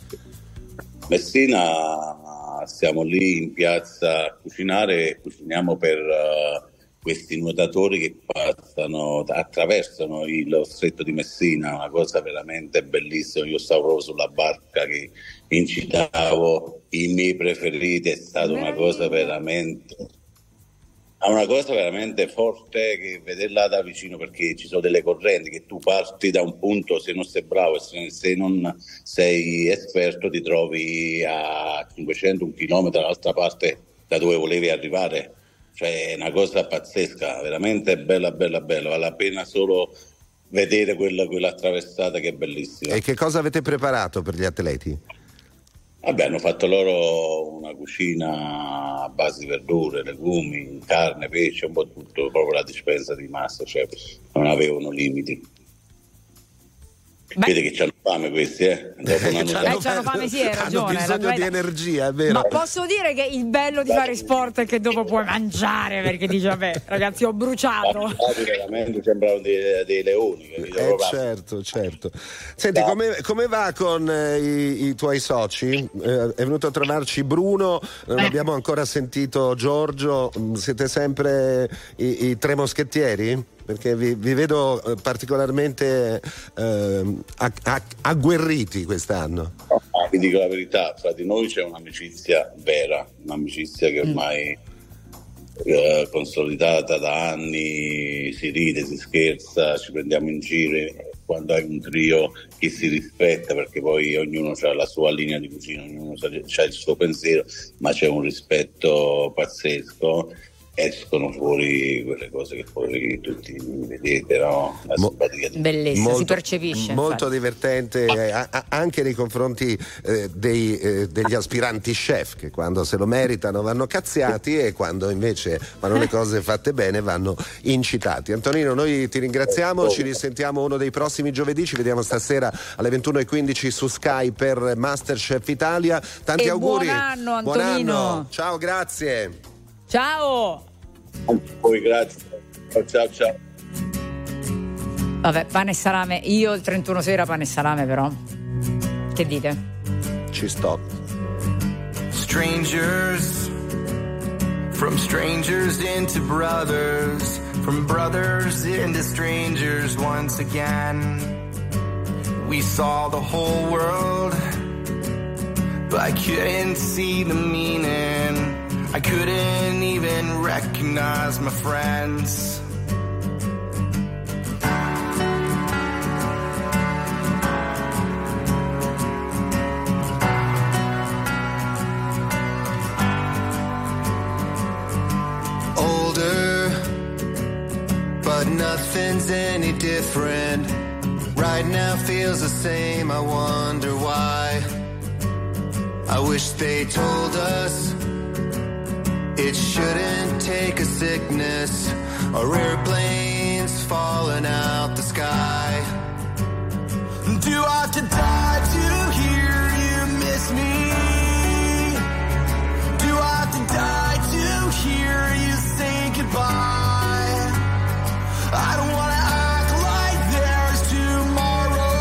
Messina, stiamo lì in piazza a cucinare e cuciniamo per uh, questi nuotatori che passano, attraversano il- lo stretto di Messina, una cosa veramente bellissima. Io stavo proprio sulla barca che incitavo i miei preferiti, è stata una cosa veramente una cosa veramente forte, che vederla da vicino, perché ci sono delle correnti che tu parti da un punto, se non sei bravo e se, se non sei esperto ti trovi a cinquecento, un chilometro dall'altra parte da dove volevi arrivare. Cioè è una cosa pazzesca, veramente bella bella bella, vale la pena solo vedere quella, quella attraversata che è bellissima. E che cosa avete preparato per gli atleti? Vabbè, hanno fatto loro una cucina a base di verdure, legumi, carne, pesce, un po' tutto, proprio la dispensa di massa, cioè non avevano limiti. Beh. Vedi che c'hanno fame questi, eh? Dopo un anno Eh, c'hanno fame, sì, hai ragione. Hanno bisogno la- di energia, è vero. Ma posso dire che il bello di fare sport è che dopo puoi mangiare, perché dici vabbè ragazzi ho bruciato. veramente sembrano dei, dei leoni, capito? Eh, Proprio- certo, certo. Senti, come, come va con eh, i, i tuoi soci? Eh, è venuto a trovarci Bruno, non abbiamo ancora sentito Giorgio. Mm, Siete sempre i, i tre moschettieri? Perché vi, vi vedo eh, particolarmente eh, a- a- agguerriti quest'anno. Ah, vi dico la verità, fra di noi c'è un'amicizia vera, un'amicizia che ormai eh, consolidata da anni, si ride, si scherza, ci prendiamo in giro, e quando hai un trio che si rispetta, perché poi ognuno ha la sua linea di cucina, ognuno ha il suo pensiero, ma c'è un rispetto pazzesco. Escono fuori quelle cose che poi tutti vedete, no? La simpatia di... Bellissimo, si percepisce. Molto infatti. divertente eh, a- a- anche nei confronti eh, dei, eh, degli aspiranti chef, che quando se lo meritano vanno cazziati e quando invece fanno le cose fatte bene vanno incitati. Antonino, noi ti ringraziamo, ci risentiamo uno dei prossimi giovedì, ci vediamo stasera alle ventuno e quindici su Sky per Masterchef Italia. Tanti E auguri. buon anno, Buon Antonino. anno. Ciao, grazie. Ciao. Poi grazie. Ciao ciao ciao. Vabbè, pane e salame. Io il trentuno sera pane e salame, però. Che dite? Ci sto. Strangers, from strangers into brothers, from brothers into strangers once again. We saw the whole world, but I couldn't see the meaning. I couldn't even recognize my friends. different. Right now feels the same, I wonder why. I wish they told us it shouldn't take a sickness or airplanes falling out the sky. Do I have to die to hear you miss me? Do I have to die to hear you say goodbye? I don't wanna act like there's tomorrow.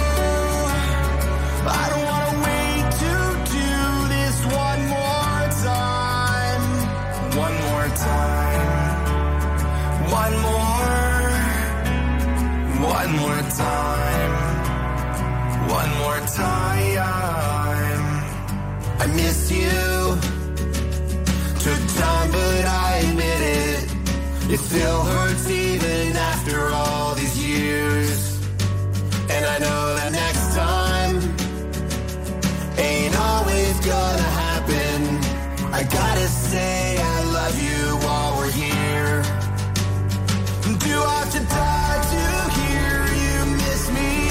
I don't wanna wait to do this one more time. One more time. One more. One more time. One more time. I miss you. Took time, but I admit it. It still hurts even after all these years. And I know that next time ain't always gonna happen. I gotta say I love you while we're here. Do I have to die to hear you miss me?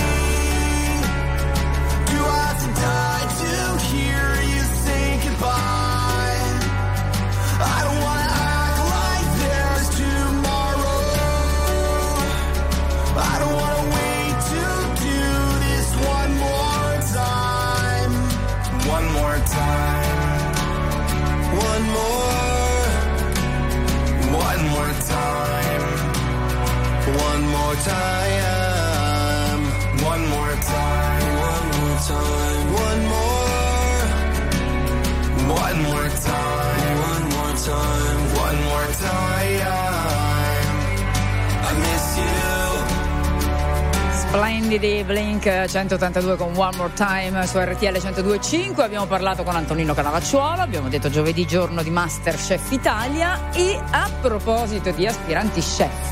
Do I have to die to hear you say goodbye? I don't wanna act like there's tomorrow. I don't wanna wait to do this one more time. One more time. One more. One more time. One more time. One more time. One more time. One more. One more time. One more time. One more time. I miss you. Splendidi Blink centottantadue con One More Time su R T L centodue e cinque. Abbiamo parlato con Antonino Canavacciuolo, abbiamo detto giovedì giorno di Masterchef Italia, e a proposito di aspiranti chef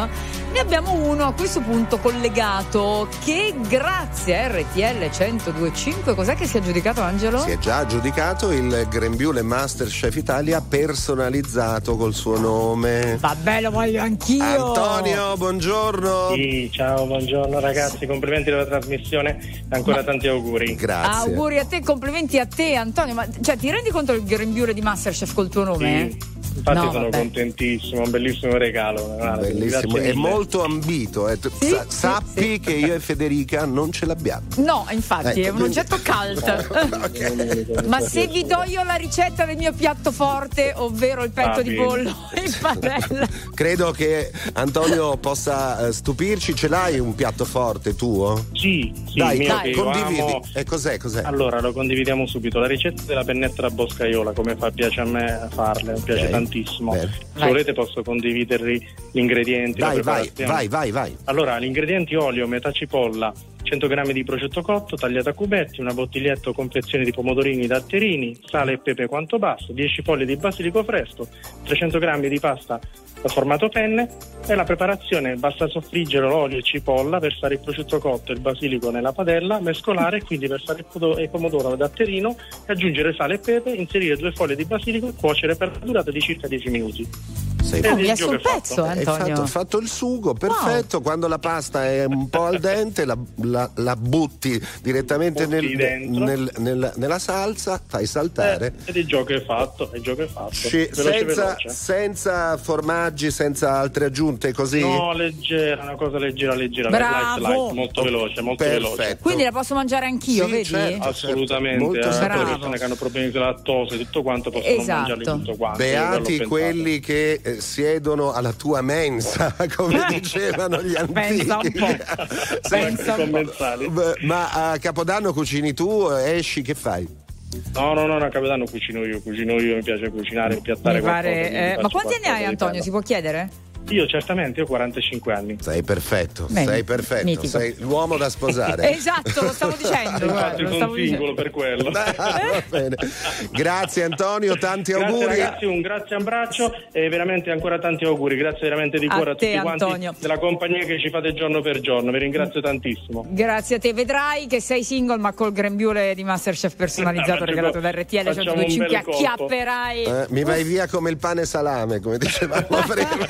ne abbiamo uno a questo punto collegato che grazie a R T L centodue e cinque, cos'è che si è aggiudicato, Angelo? Si è già aggiudicato il grembiule Masterchef Italia personalizzato col suo nome. Vabbè, lo voglio anch'io. Antonio, buongiorno. Sì, ciao, buongiorno ragazzi, complimenti per la trasmissione, ancora ma... tanti auguri. Grazie. Auguri a te, complimenti a te Antonio, ma cioè ti rendi conto del grembiule di Masterchef col tuo nome? Sì. Infatti no, sono vabbè. contentissimo, un bellissimo regalo. Bellissimo, è molto ambito. Eh. Sì, Sa- sì, sappi sì. che io e Federica non ce l'abbiamo. No, infatti, ecco, è un quindi... oggetto cult. Okay. Ma se vi do io la ricetta del mio piatto forte, ovvero il petto ah, di pollo in padella. Credo che Antonio possa stupirci. Ce l'hai un piatto forte tuo? Sì, sì. Dai, mio dai condividi. Amo... E cos'è, cos'è? Allora, lo condividiamo subito. La ricetta della pennetta alla boscaiola, come fa piace a me farle, mi piace okay. tantissimo. Bene. Se vai. volete posso condividervi gli ingredienti. Vai, vai, vai, vai, vai. Allora, gli ingredienti: olio, metà cipolla, cento grammi di prosciutto cotto tagliato a cubetti, una bottiglietta o confezione di pomodorini datterini, sale e pepe quanto basta, dieci foglie di basilico fresco, trecento grammi di pasta a formato penne. E la preparazione: basta soffriggere l'olio e cipolla, versare il prosciutto cotto e il basilico nella padella, mescolare, quindi versare il pomodoro al datterino, aggiungere sale e pepe, inserire due foglie di basilico e cuocere per la durata di circa dieci minuti. Sei oh, mi ha sul pezzo, Antonio. Hai fatto, fatto il sugo, perfetto. Wow. Quando la pasta è un po' al dente la, la, la butti direttamente butti nel, nel, nel, nella salsa, fai saltare. Eh, ed il gioco è fatto, il gioco è fatto. Sì, veloce, senza, veloce. senza formaggi, senza altre aggiunte, così? No, leggera, una cosa leggera, leggera. Bravo. Light, light, molto veloce, molto perfetto. veloce. Quindi la posso mangiare anch'io, sì, vedi? Certo, assolutamente. Molto eh, bravo. le persone che hanno problemi di lattosio, tutto quanto possono esatto. mangiarli tutto quanto. Beati quelli che eh, siedono alla tua mensa, come dicevano gli antichi. Pensa un po'. Pensa un po'. Ma a Capodanno cucini tu, esci, che fai? No, no, no, a Capodanno cucino io, cucino io, mi piace cucinare, impiattare mi pare, qualcosa. Eh, ma quanti anni hai, Antonio, si può chiedere? Io certamente ho quarantacinque anni. Sei perfetto, Bene. sei perfetto, Mitico. sei l'uomo da sposare. Esatto, lo stavo dicendo. Infatti lo sono stavo singolo dicendo. per quello. Beh, va bene. Grazie Antonio, tanti grazie, auguri. Ragazzi, un grazie abbraccio e veramente ancora tanti auguri. Grazie veramente di a cuore a, te, tutti quanti Antonio. della compagnia che ci fate giorno per giorno. Vi ringrazio tantissimo. Grazie a te, vedrai che sei single ma col grembiule di Masterchef personalizzato regalato da R T L centodue e cinque acchiapperai. Eh, mi vai via come il pane salame, come dicevamo prima. Ciao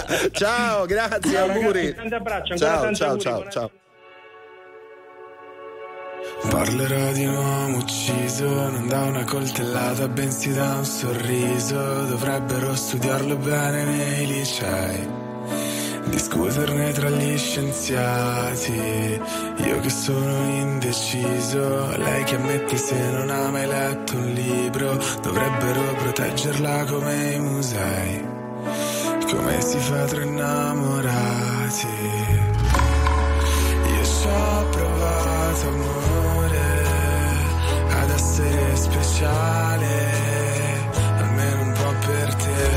Ciao, grazie, ciao, auguri. Ragazzi, grande abbraccio, ancora Ciao, ciao, auguri, ciao, ciao. Parlerò di un uomo ucciso non da una coltellata bensì da un sorriso. Dovrebbero studiarlo bene nei licei, discuterne tra gli scienziati. Io che sono indeciso, lei che ammette se non ha mai letto un libro. Dovrebbero proteggerla come i musei, come si fa tra innamorati. Io ci ho provato amore ad essere speciale, almeno un po' per te,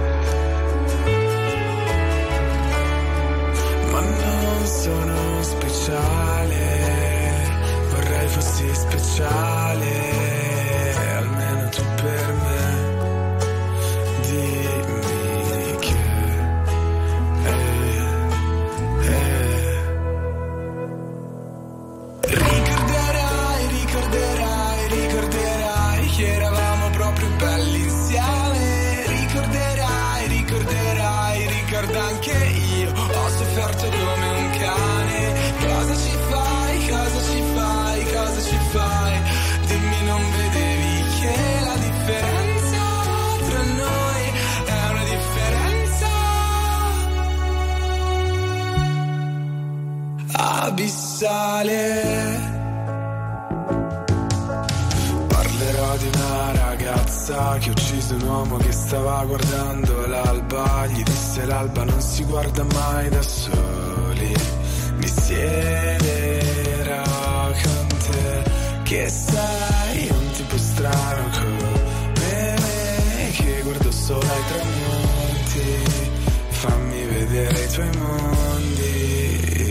ma non sono speciale, vorrei fossi speciale, almeno tu per me. Dimmi che è, è. Ricorderai, ricorderai, ricorderai che eravamo proprio belli insieme. Ricorderai, ricorderai, ricorda anche io, ho sofferto come un cane. Cosa ci fai, cosa ci fai, cosa ci fai? Dimmi, non vedevi che la differenza tra noi è una differenza abissale. Parlerò di una ragazza che ha ucciso un uomo che stava guardando l'alba. Gli disse l'alba non si guarda mai da soli. Mi siederò con te, che sei un tipo strano come me, che guardo solo ai tramonti. Fammi vedere i tuoi mondi.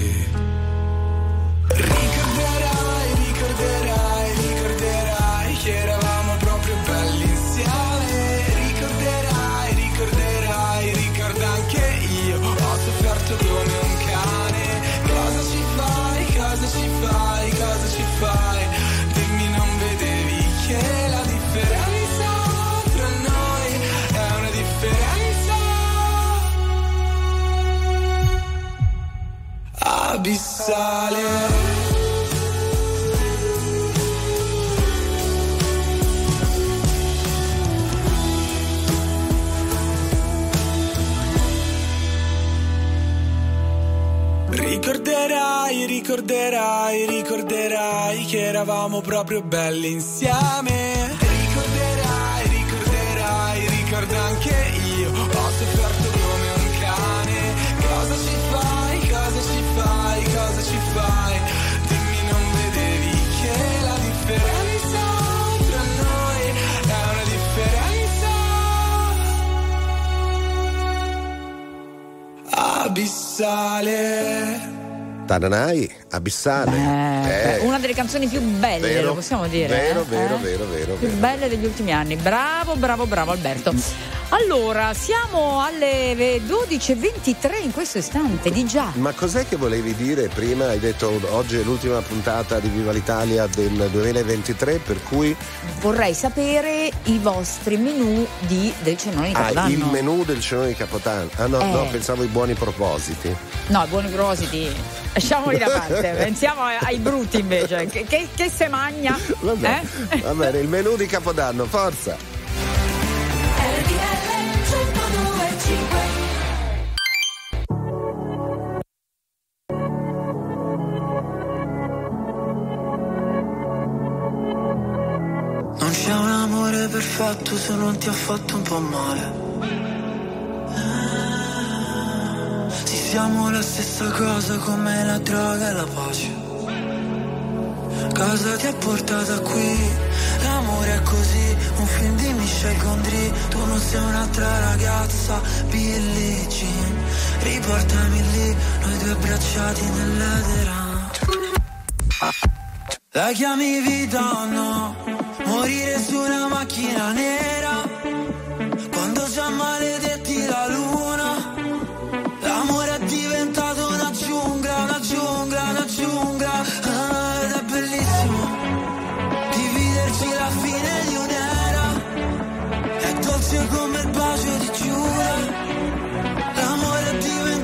Ricorderai, ricorderai, ricorderai che eravamo proprio belli insieme. Ricorderai, ricorderai, ricorda anche io, ho sofferto come un cane. Cosa ci fai, cosa ci fai, cosa ci fai? Dimmi, non vedevi che la differenza tra noi è una differenza abissale. Ricorderai, ricorderai, ricorderai che eravamo proprio belli insieme. Ricorderai, ricorderai, ricorda anche io, ho sofferto come un cane. Cosa ci fai, cosa ci fai, cosa ci fai? Dimmi, non vedevi che la differenza tra noi è una differenza abissale. Tananai, Abissale. Eh, Eh. Una delle canzoni più belle, Vero, lo possiamo dire. vero, eh? vero, Eh? vero, vero, Più vero. belle degli ultimi anni. Bravo, bravo, bravo Alberto. Allora, siamo alle dodici e ventitré in questo istante, di già. Ma cos'è che volevi dire prima? Hai detto oggi è l'ultima puntata di Viva l'Italia del duemilaventitré, per cui Vorrei sapere i vostri menù di, del cenone di ah, Capodanno. il menù del cenone di Capodanno. Ah no, Eh. no, pensavo ai buoni propositi. No, i buoni propositi, lasciamoli da parte, pensiamo ai, ai brutti invece. Che, che, che se magna? Vabbè, Eh? va bene, il menù di Capodanno, forza. Non c'è un amore perfetto se non ti ha fatto un po' male. Sì, siamo la stessa cosa come la droga e la pace. Cosa ti ha portata qui? L'amore è così, un film di Michel Gondry. Tu non sei un'altra ragazza, Billie Jean. Riportami lì, noi due abbracciati nell'edera. La chiami vita o no? Morire su una macchina nera quando già maledetti la luna. L'amore è diventato una giungla, una giungla, una giungla. Ah, ed è bellissimo dividerci la fine di un'era. È dolce come il bacio di Giura. L'amore è diventato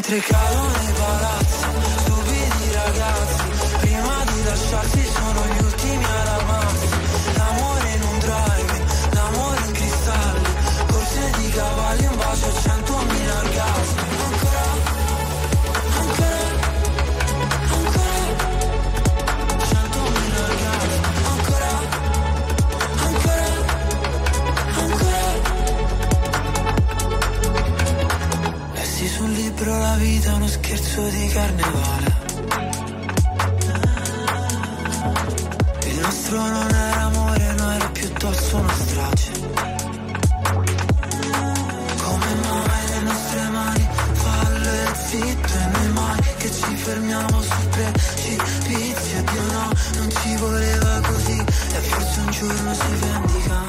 mentre cado nei palazzi, stupidi ragazzi, prima di lasciarsi sono gli ultimi ad amarsi. L'amore in un drive, l'amore in cristalli, corse di cavalli, un bacio a centomila orgasmi. Ancora, ancora, ancora, centomila orgasmi. Ancora, ancora, ancora. Lessi sul libro La vita è uno scherzo di carnevale. Il nostro non era amore, no, era piuttosto una strage. Come mai le nostre mani fallo e zitto, e noi mai che ci fermiamo sul precipizio. Dio no, non ci voleva così, e forse un giorno si vendica.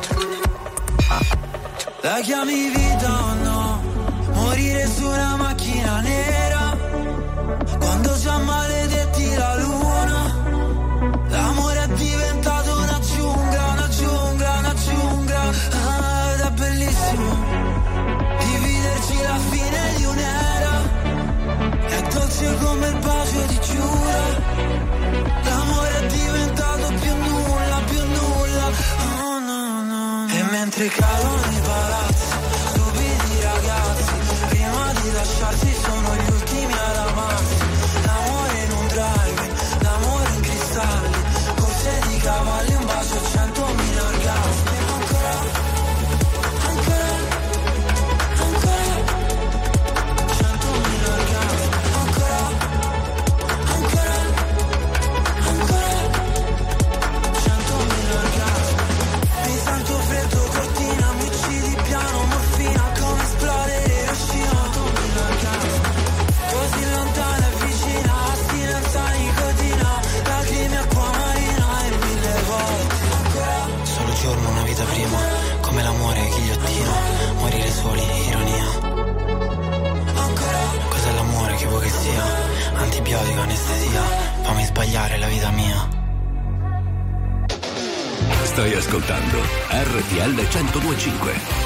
La chiami vita o no? Morire su una macchina nera, quando già maledetti la luna. L'amore è diventato una giungla, una giungla, una giungla. Ah, ed è bellissimo dividerci la fine di un'era. È dolce come il bacio di Giura. L'amore è diventato più nulla, più nulla. Oh no, no. E mentre cado nei palazzi, stupidi ragazzi, prima di lasciarsi sono gli ultimi ad amarsi. L'amore in un drive, l'amore in cristalli, corse di cavalli, un bacio a centomila orgasmi. Ancora, ancora, ancora, centomila orgasmi. Ancora, ancora, ancora, centomila orgasmi. Mi sento freddo, cortina, mi uccidi piano, morfina, come esplodere Hiroshima. Centomila orgasmi. Così lontana e vicina, astinenza, nicotina, lacrime, acqua marina e mille volte. Ancora, solo giorno, una vita prima, come l'amore, ghigliottina, morire soli, ironia. Ancora, cos'è l'amore, che vuoi che sia? Antibiotico, anestesia, fammi sbagliare la vita mia. Stai ascoltando R T L centodue e cinque.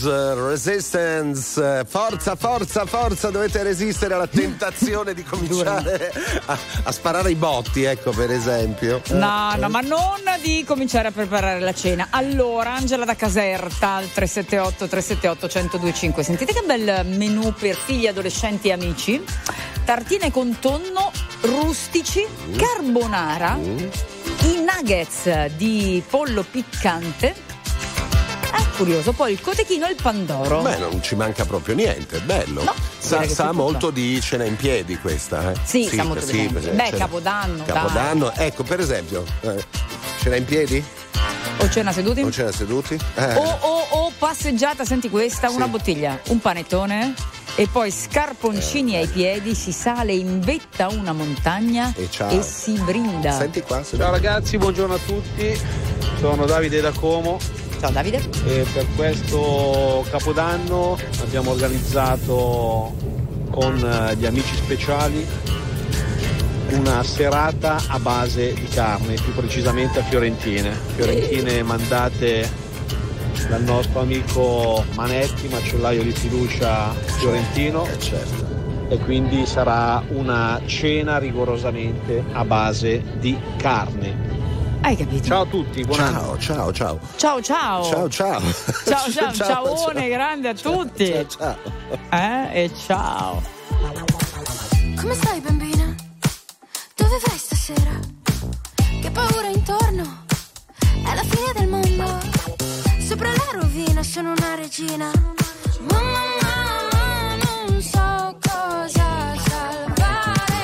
Blues, Resistance, forza, forza, forza, dovete resistere alla tentazione di cominciare a, a sparare i botti, ecco, per esempio. No, no, ma non di cominciare a preparare la cena. Allora, Angela da Caserta al tre sette otto tre sette otto uno zero due cinque. Sentite che bel menù per figli, adolescenti e amici. Tartine con tonno rustici, mm. carbonara, mm. i nuggets di pollo piccante. È curioso, poi il cotechino e il pandoro. Beh, non ci manca proprio niente, è bello. No, sa sa molto di cena in piedi questa, eh? Sì, sì, sa molto sì, di cena. Beh, cena, Capodanno. Capodanno, dai. Ecco, per esempio, eh, cena in piedi? O cena seduti? O cena seduti? Eh. O, o, o passeggiata, senti questa, sì. Una bottiglia, un panettone e poi scarponcini eh, ai piedi, si sale in vetta a una montagna e, e si brinda. Senti qua. Senti. Ciao ragazzi, buongiorno a tutti. Sono Davide da Como. Ciao Davide. E per questo Capodanno abbiamo organizzato con gli amici speciali una serata a base di carne, più precisamente a fiorentine. Fiorentine mandate dal nostro amico Manetti, macellaio di fiducia fiorentino. Eh certo. E quindi sarà una cena rigorosamente a base di carne. Hai capito? Ciao a tutti, buon anno. Ciao, ciao, ciao. Ciao, Ciao, ciao. ciao. Ciao, ciao, ciaone, grande a tutti. Ciao, ciao. Eh, e ciao. Come stai, bambina? Dove vai stasera? Che paura intorno? È la fine del mondo. Sopra la rovina sono una regina. Mamma mia, non so cosa salvare.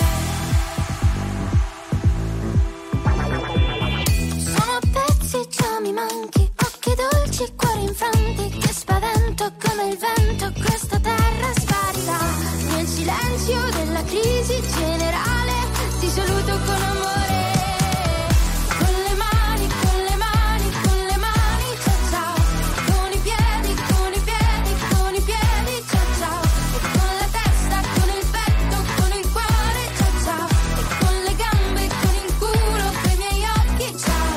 Sono pezzi, già mi manchi. Occhi dolci, cuori infranti. Che spavento come il vento. Questa terra sparirà. Nel silenzio della crisi generale ti saluto con amore. Con le mani, con le mani, con le mani, ciao ciao. Con i piedi, con i piedi, con i piedi, ciao ciao. E con la testa, con il petto, con il cuore, ciao ciao. E con le gambe, con il culo, con i miei occhi, ciao.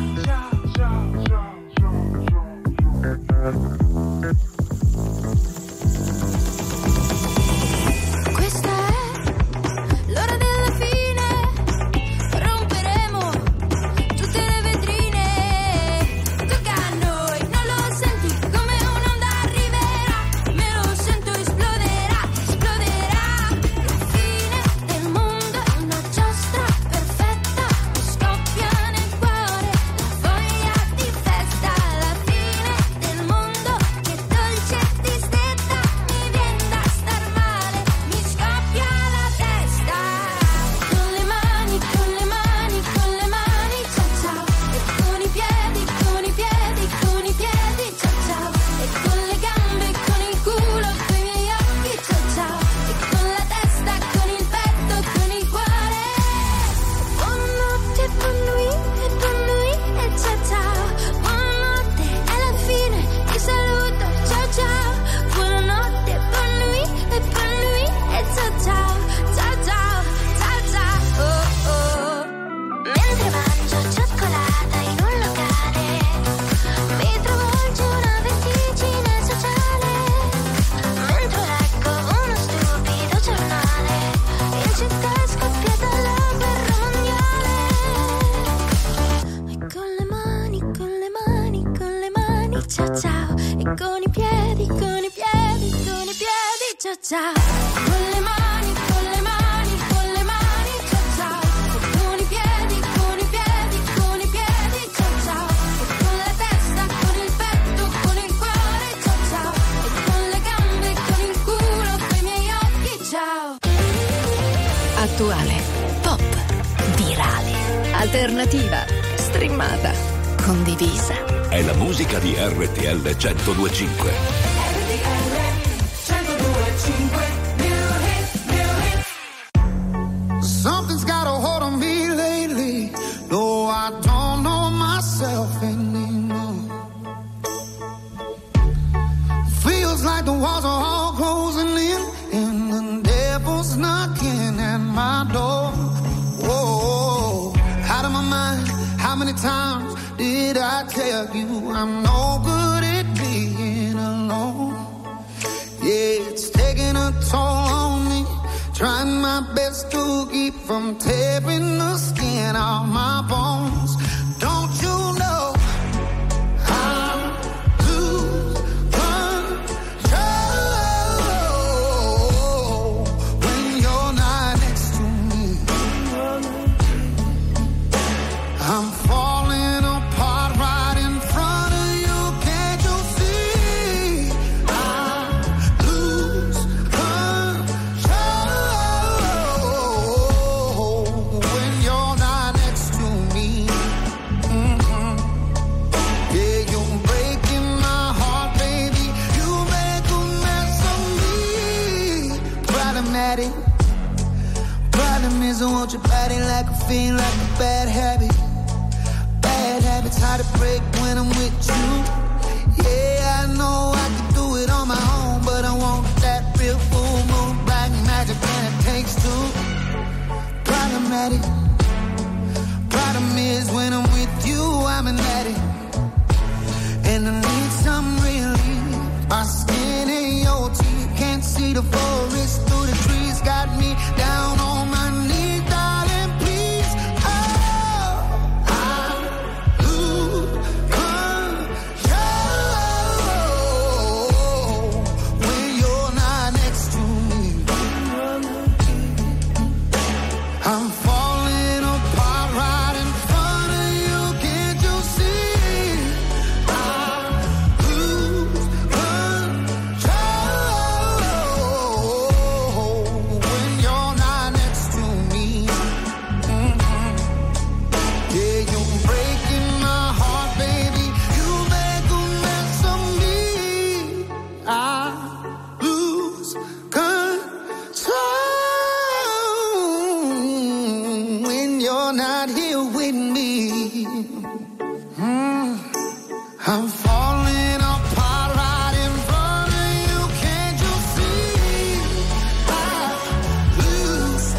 Questa è l'ora della fine, romperemo tutte le vetrine. Tocca a noi, non lo senti come un'onda arriverà, me lo sento esploderà, esploderà. La fine del mondo è una giostra perfetta, mi scoppia nel cuore la voglia di festa. La fine del mondo, che dolce tristezza, mi viene da star male, mi scoppia la testa. Con le mani, con le mani, con le mani, ciao ciao. E con i piedi, con i piedi, con i piedi, ciao ciao. E con le gambe, con il culo, con i miei occhi, ciao ciao. E con la testa, con il petto, con il cuore. Buonanotte, buon nuit, e buon nuit, e ciao ciao. Buonanotte, è la fine, ti saluto, ciao ciao. Buonanotte, buon nuit, e buon nuit, e ciao ciao. Ciao ciao, ciao ciao, oh oh. Mentre mangio cioccolata in un locale, mi travolge una vertigine sociale. Mentre leggo uno stupido giornale, in città è scoppiata la guerra mondiale. E con le mani, con le mani, con le mani, ciao ciao. E con i piedi, con i piedi, con i piedi, ciao ciao. Con le mani, con le mani, con le mani, ciao ciao. E con i piedi, con i piedi, con i piedi, ciao ciao. E con la testa, con il petto, con il cuore, ciao ciao. E con le gambe, con il culo, con i miei occhi, ciao. Attuale, pop, virale, alternativa, streamata, condivisa. È la musica di R T L centodue e cinque. Something's got a hold on me lately. No, I don't know myself anymore. Feels like the walls are all closing in, and the devil's knocking at my door. Whoa, out of my mind. How many times did I tell you I'm no good at being alone? my best to keep from tearing the skin off my bones. Don't you know I'm lose control when you're not next to me? I'm falling apart right in front of you. Can't you see? I lose control when you're not next to me. Mm-hmm. Yeah, you're breaking my heart, baby. You make a mess of me. Problematic. Problem is I want your body like a fiend, like a bad habit. Bad habits hard to break when I'm with you. Yeah, I know I can do it on my own, but I want that real full moon, black magic, and it takes two. Problematic. Problem is when I'm with you, I'm an addict, and I need some relief. My skin and your teeth, can't see the forest through the trees, got me down on my knees, darling, please. Oh, I lose control when you're not next to me. I'm falling apart right in front of you. Can't you see? I lose control when you're not next to me. Mhm. Yeah, you're breaking my heart, baby. You make a mess of me. I lose control when you're not here with me. Mm. I'm falling apart right in front of you. Can't you see? I lose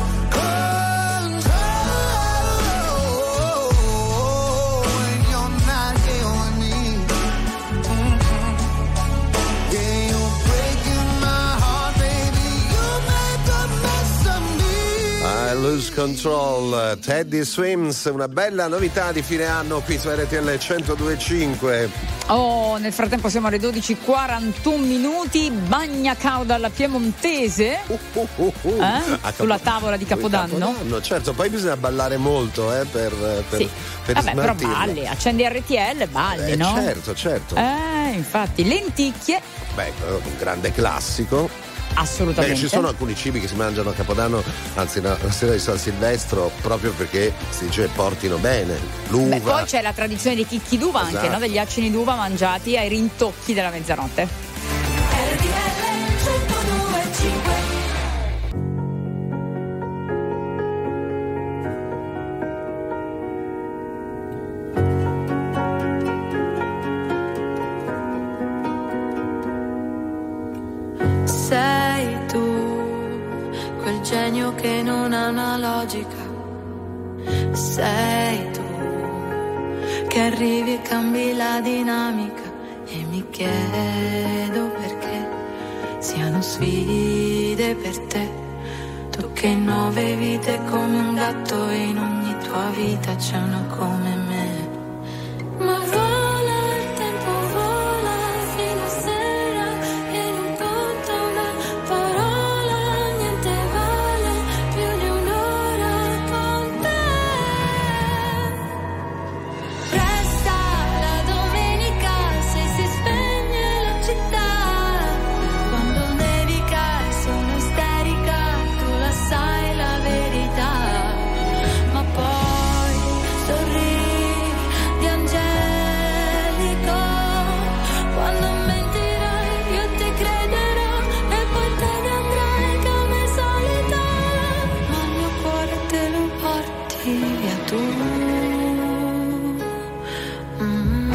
control when you're not here with me. Mhm. Yeah, you're breaking my heart, baby. You make a mess of me. I Lose Control, Teddy Swims, una bella novità di fine anno qui su R T L centodue e cinque. Oh, nel frattempo siamo alle dodici e quarantuno minuti, bagna cauda alla piemontese, Uh, uh, uh, uh. eh? A Sulla Capo- tavola di Capodanno. Capodanno, certo, poi bisogna ballare molto eh, per, per, Sì. per Vabbè, però smaltirla. balli, accendi R T L, balli, Eh, no? certo, certo. Eh, infatti, lenticchie, Beh, un grande classico. assolutamente. Beh, ci sono alcuni cibi che si mangiano a Capodanno, anzi no, la sera di San Silvestro, proprio perché si dice portino bene. L'uva. Beh, poi c'è la tradizione dei chicchi d'uva anche, Esatto. no? Degli acini d'uva mangiati ai rintocchi della mezzanotte. Sei tu, quel genio che non ha una logica. Sei tu, che arrivi e cambi la dinamica. E mi chiedo perché siano sfide per te. Tu che in nove vite come un gatto e in ogni tua vita c'è una come me. Ma vola il tempo, vola fino a sera e non conta una parola, niente vale più di un'ora con te. Resta la domenica se si spegne la città, quando nevica e sono isterica, tu la sai la verità, ma poi sorridi angelico, quando mentirai io ti crederò e poi te ne andrai come solita, ma il mio cuore te lo porti via tu. Mm.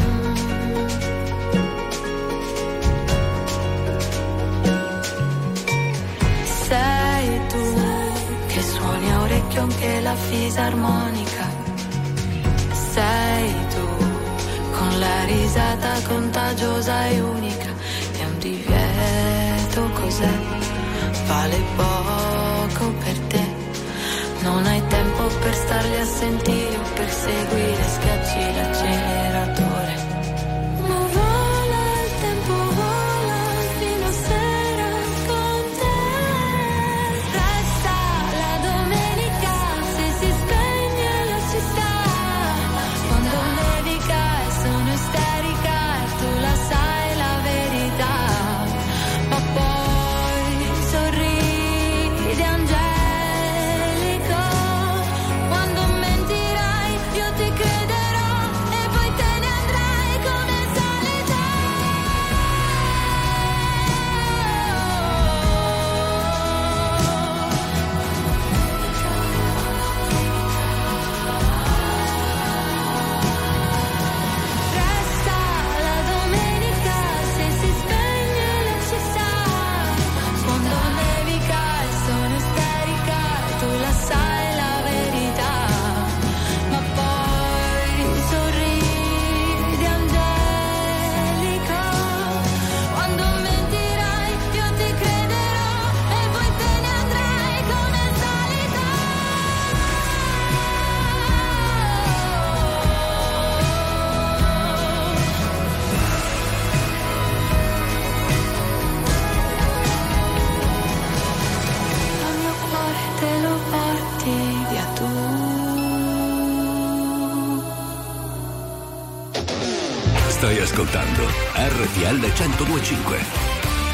Sei tu che suoni a orecchio anche la fisarmonica. Sei tu con la risata contagiosa e unica. È un divieto, cos'è? Vale poco per te. Stai ascoltando R T L centodue e cinque.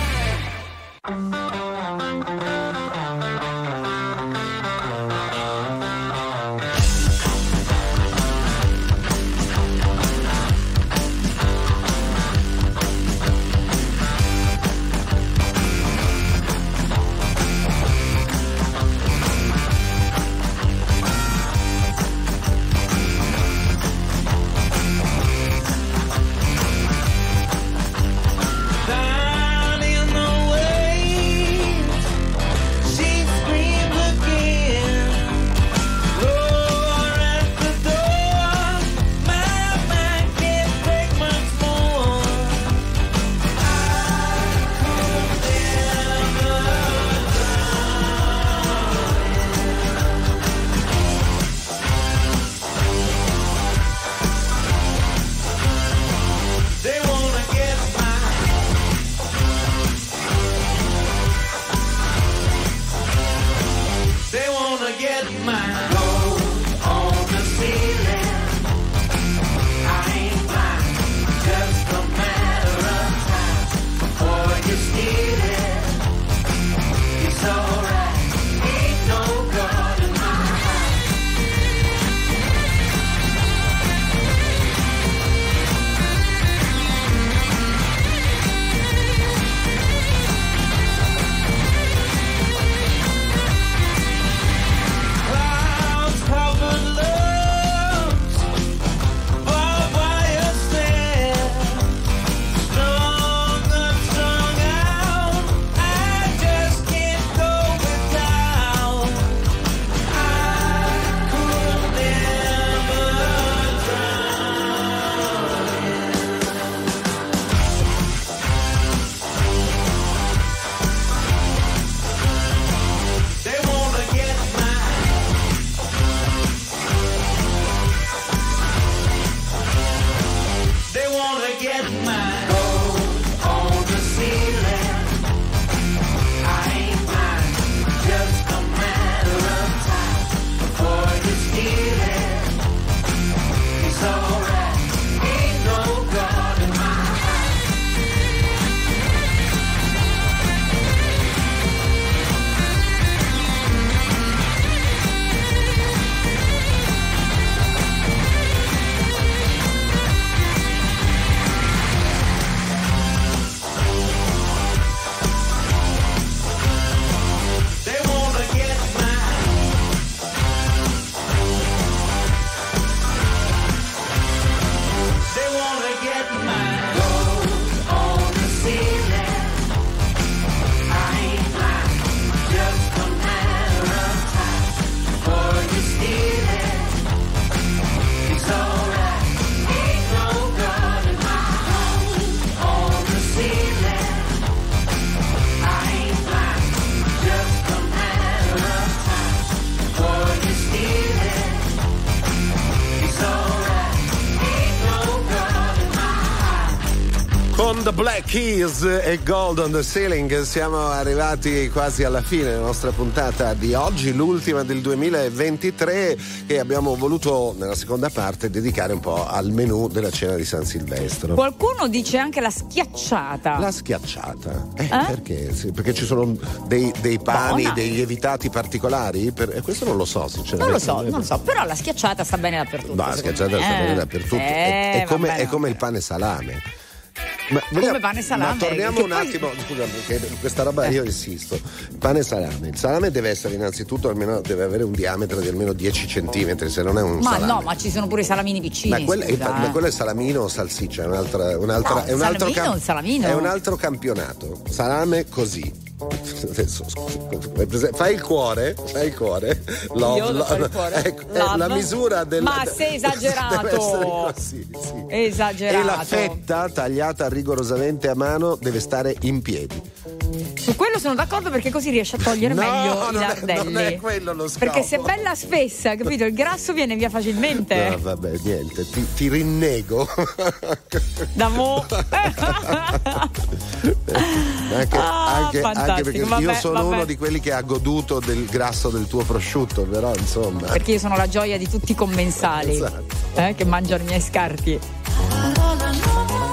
The Black Keys e Gold on the Ceiling. Siamo arrivati quasi alla fine della nostra puntata di oggi, l'ultima del duemilaventitré, che abbiamo voluto nella seconda parte dedicare un po' al menù della cena di San Silvestro. Qualcuno dice anche la schiacciata. La schiacciata? Eh, Eh? Perché? Sì, perché ci sono dei, dei pani, Buona. dei lievitati particolari? Per, e questo non lo so, sinceramente. Non lo so, non lo so, però la schiacciata sta bene dappertutto. No, la schiacciata secondo sta me. bene dappertutto. Eh, è, è come, vabbè, è come il pane salame. Ma, Come pane salame, ma torniamo che un poi- attimo, scusa, perché questa roba io insisto. Il pane salame. Il salame deve essere innanzitutto almeno, deve avere un diametro di almeno dieci centimetri, se non è un Ma salame. no, ma ci sono pure i salamini piccini. Ma quello, è, scusa, ma eh. quello è salamino o salsiccia, è un'altra, un'altra, No, è un altro salamino, un salamino. è un altro campionato. Salame così. Adesso, scusa, fai il cuore, fai il cuore. Love, Io devo fare il cuore. Ecco, è Love. la misura del. Ma sei esagerato. Deve essere così, sì. Esagerato. E la fetta tagliata rigorosamente a mano deve stare in piedi. Su quello sono d'accordo, perché così riesce a togliere No, meglio i non è- lardelli. non è quello lo scopo. Perché se è bella spessa, capito? Il grasso viene via facilmente. No, vabbè, niente, ti, ti rinnego. Da mo. anche, Ah, anche- fantastico, anche perché vabbè, io sono vabbè. uno di quelli che ha goduto del grasso del tuo prosciutto, però insomma. Perché io sono la gioia di tutti i commensali, Esatto. eh, che mangiano i miei scarti.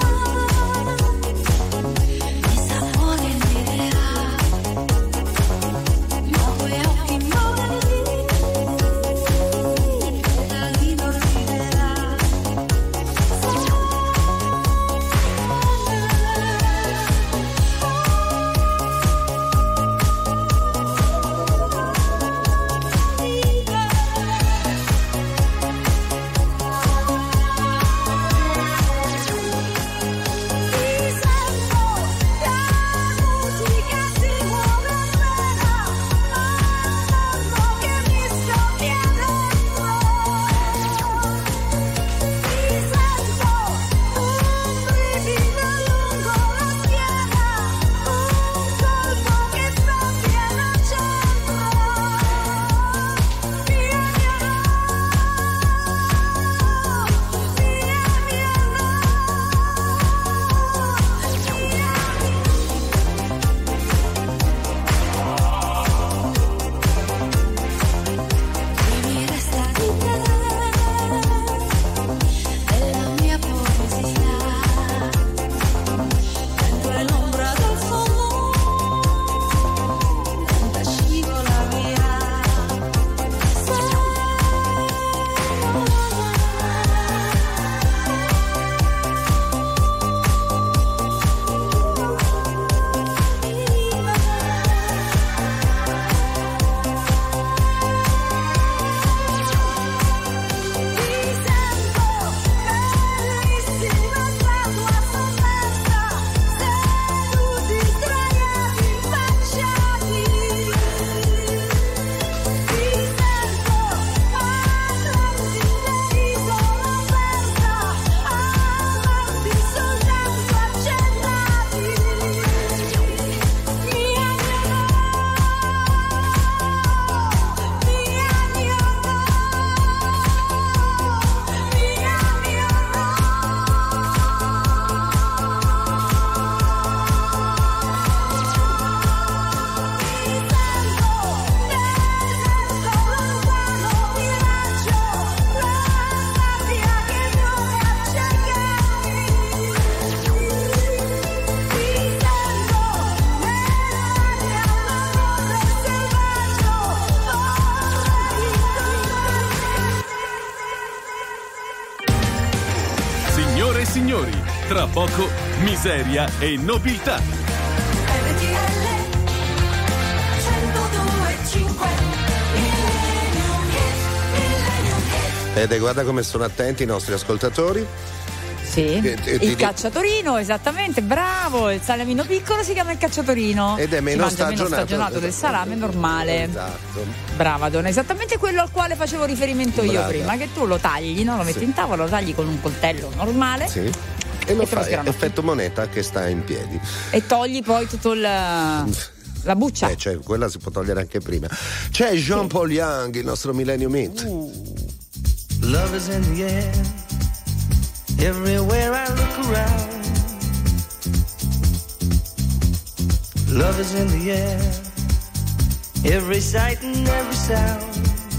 Tra poco, miseria e nobiltà. R T L centodue e cinque. Ed eh, guarda come sono attenti i nostri ascoltatori. Sì, E- e- il ti- cacciatorino, esattamente, bravo, il salamino piccolo si chiama il cacciatorino. Ed è Si meno mangia meno stagionato. stagionato del salame normale. Esatto. Brava donna, esattamente quello al quale facevo riferimento io Brava. prima, che tu lo tagli, no? Lo metti Sì. in tavola, lo tagli con un coltello normale Sì. E lo te lo fai, sgranocchi. effetto moneta che sta in piedi. e togli poi tutto il la buccia. Eh, cioè, quella si può togliere anche prima. C'è Jean-Paul Young, il nostro Millennium Hit. Love is in the air, everywhere I look around. Love is in the air, every sight and every sound.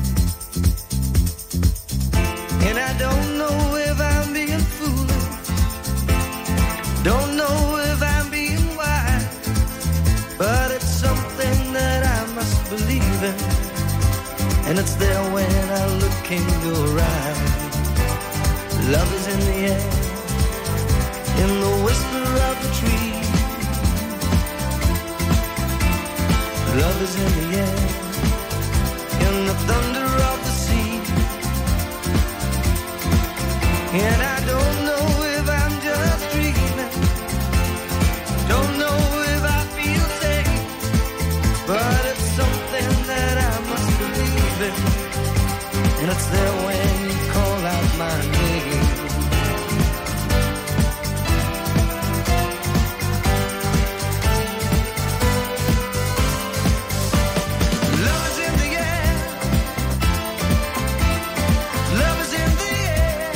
And I don't know if I'm being foolish, don't know if I'm being wise, but it's something that I must believe in. And it's there when I look in your eyes. Love is in the air, in the whisper of the tree. Love is in the air, in the thunder of the sea. And I don't know if I'm just dreaming, don't know if I feel safe, but it's something that I must believe in. And it's there when you call out my name. Love is in the air, love is in the air.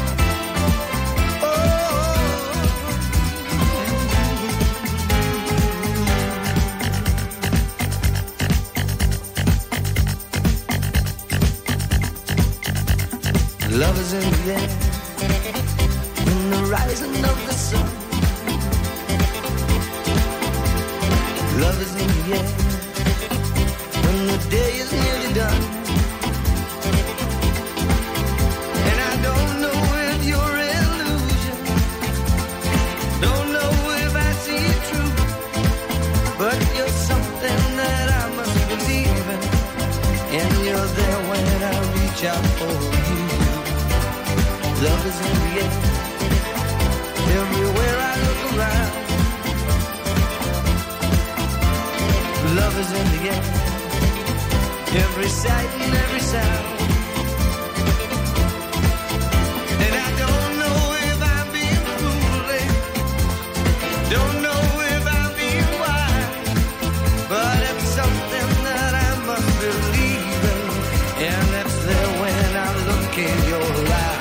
Love is in the air, in the rising of the sun. Love is in the air, when the day is nearly done. And I don't know if you're illusion, don't know if I see it true, but you're something that I must believe in, and you're there when I reach out for you. Love is in the air, everywhere I look around. Love is in the air, every sight and every sound. And I don't know if I'm being foolish, don't know if I'm being wise, but it's something that I must believe in, and it's there when I look in your eyes.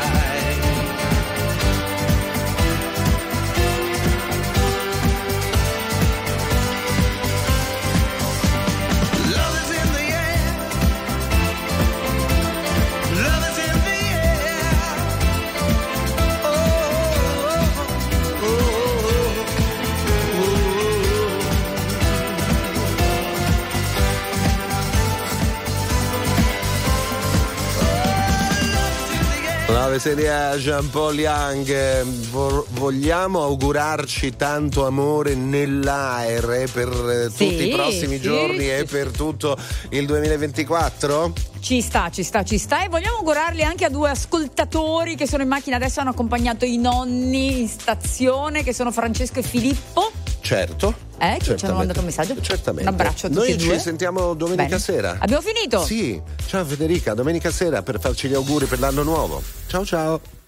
Nuova serie a Jean-Paul Young. Vo- vogliamo augurarci tanto amore nell'aere per eh, Sì, tutti i prossimi sì, giorni sì, e per tutto il duemilaventiquattro? Ci sta, ci sta, ci sta, e vogliamo augurarli anche a due ascoltatori che sono in macchina adesso, hanno accompagnato i nonni in stazione, che sono Francesco e Filippo. Certo. Eh, che ci hanno mandato un messaggio. Certamente. Un abbraccio a tutti Noi e due. ci sentiamo domenica Bene. sera. Abbiamo finito? Sì. Ciao Federica, domenica sera per farci gli auguri per l'anno nuovo. Ciao ciao.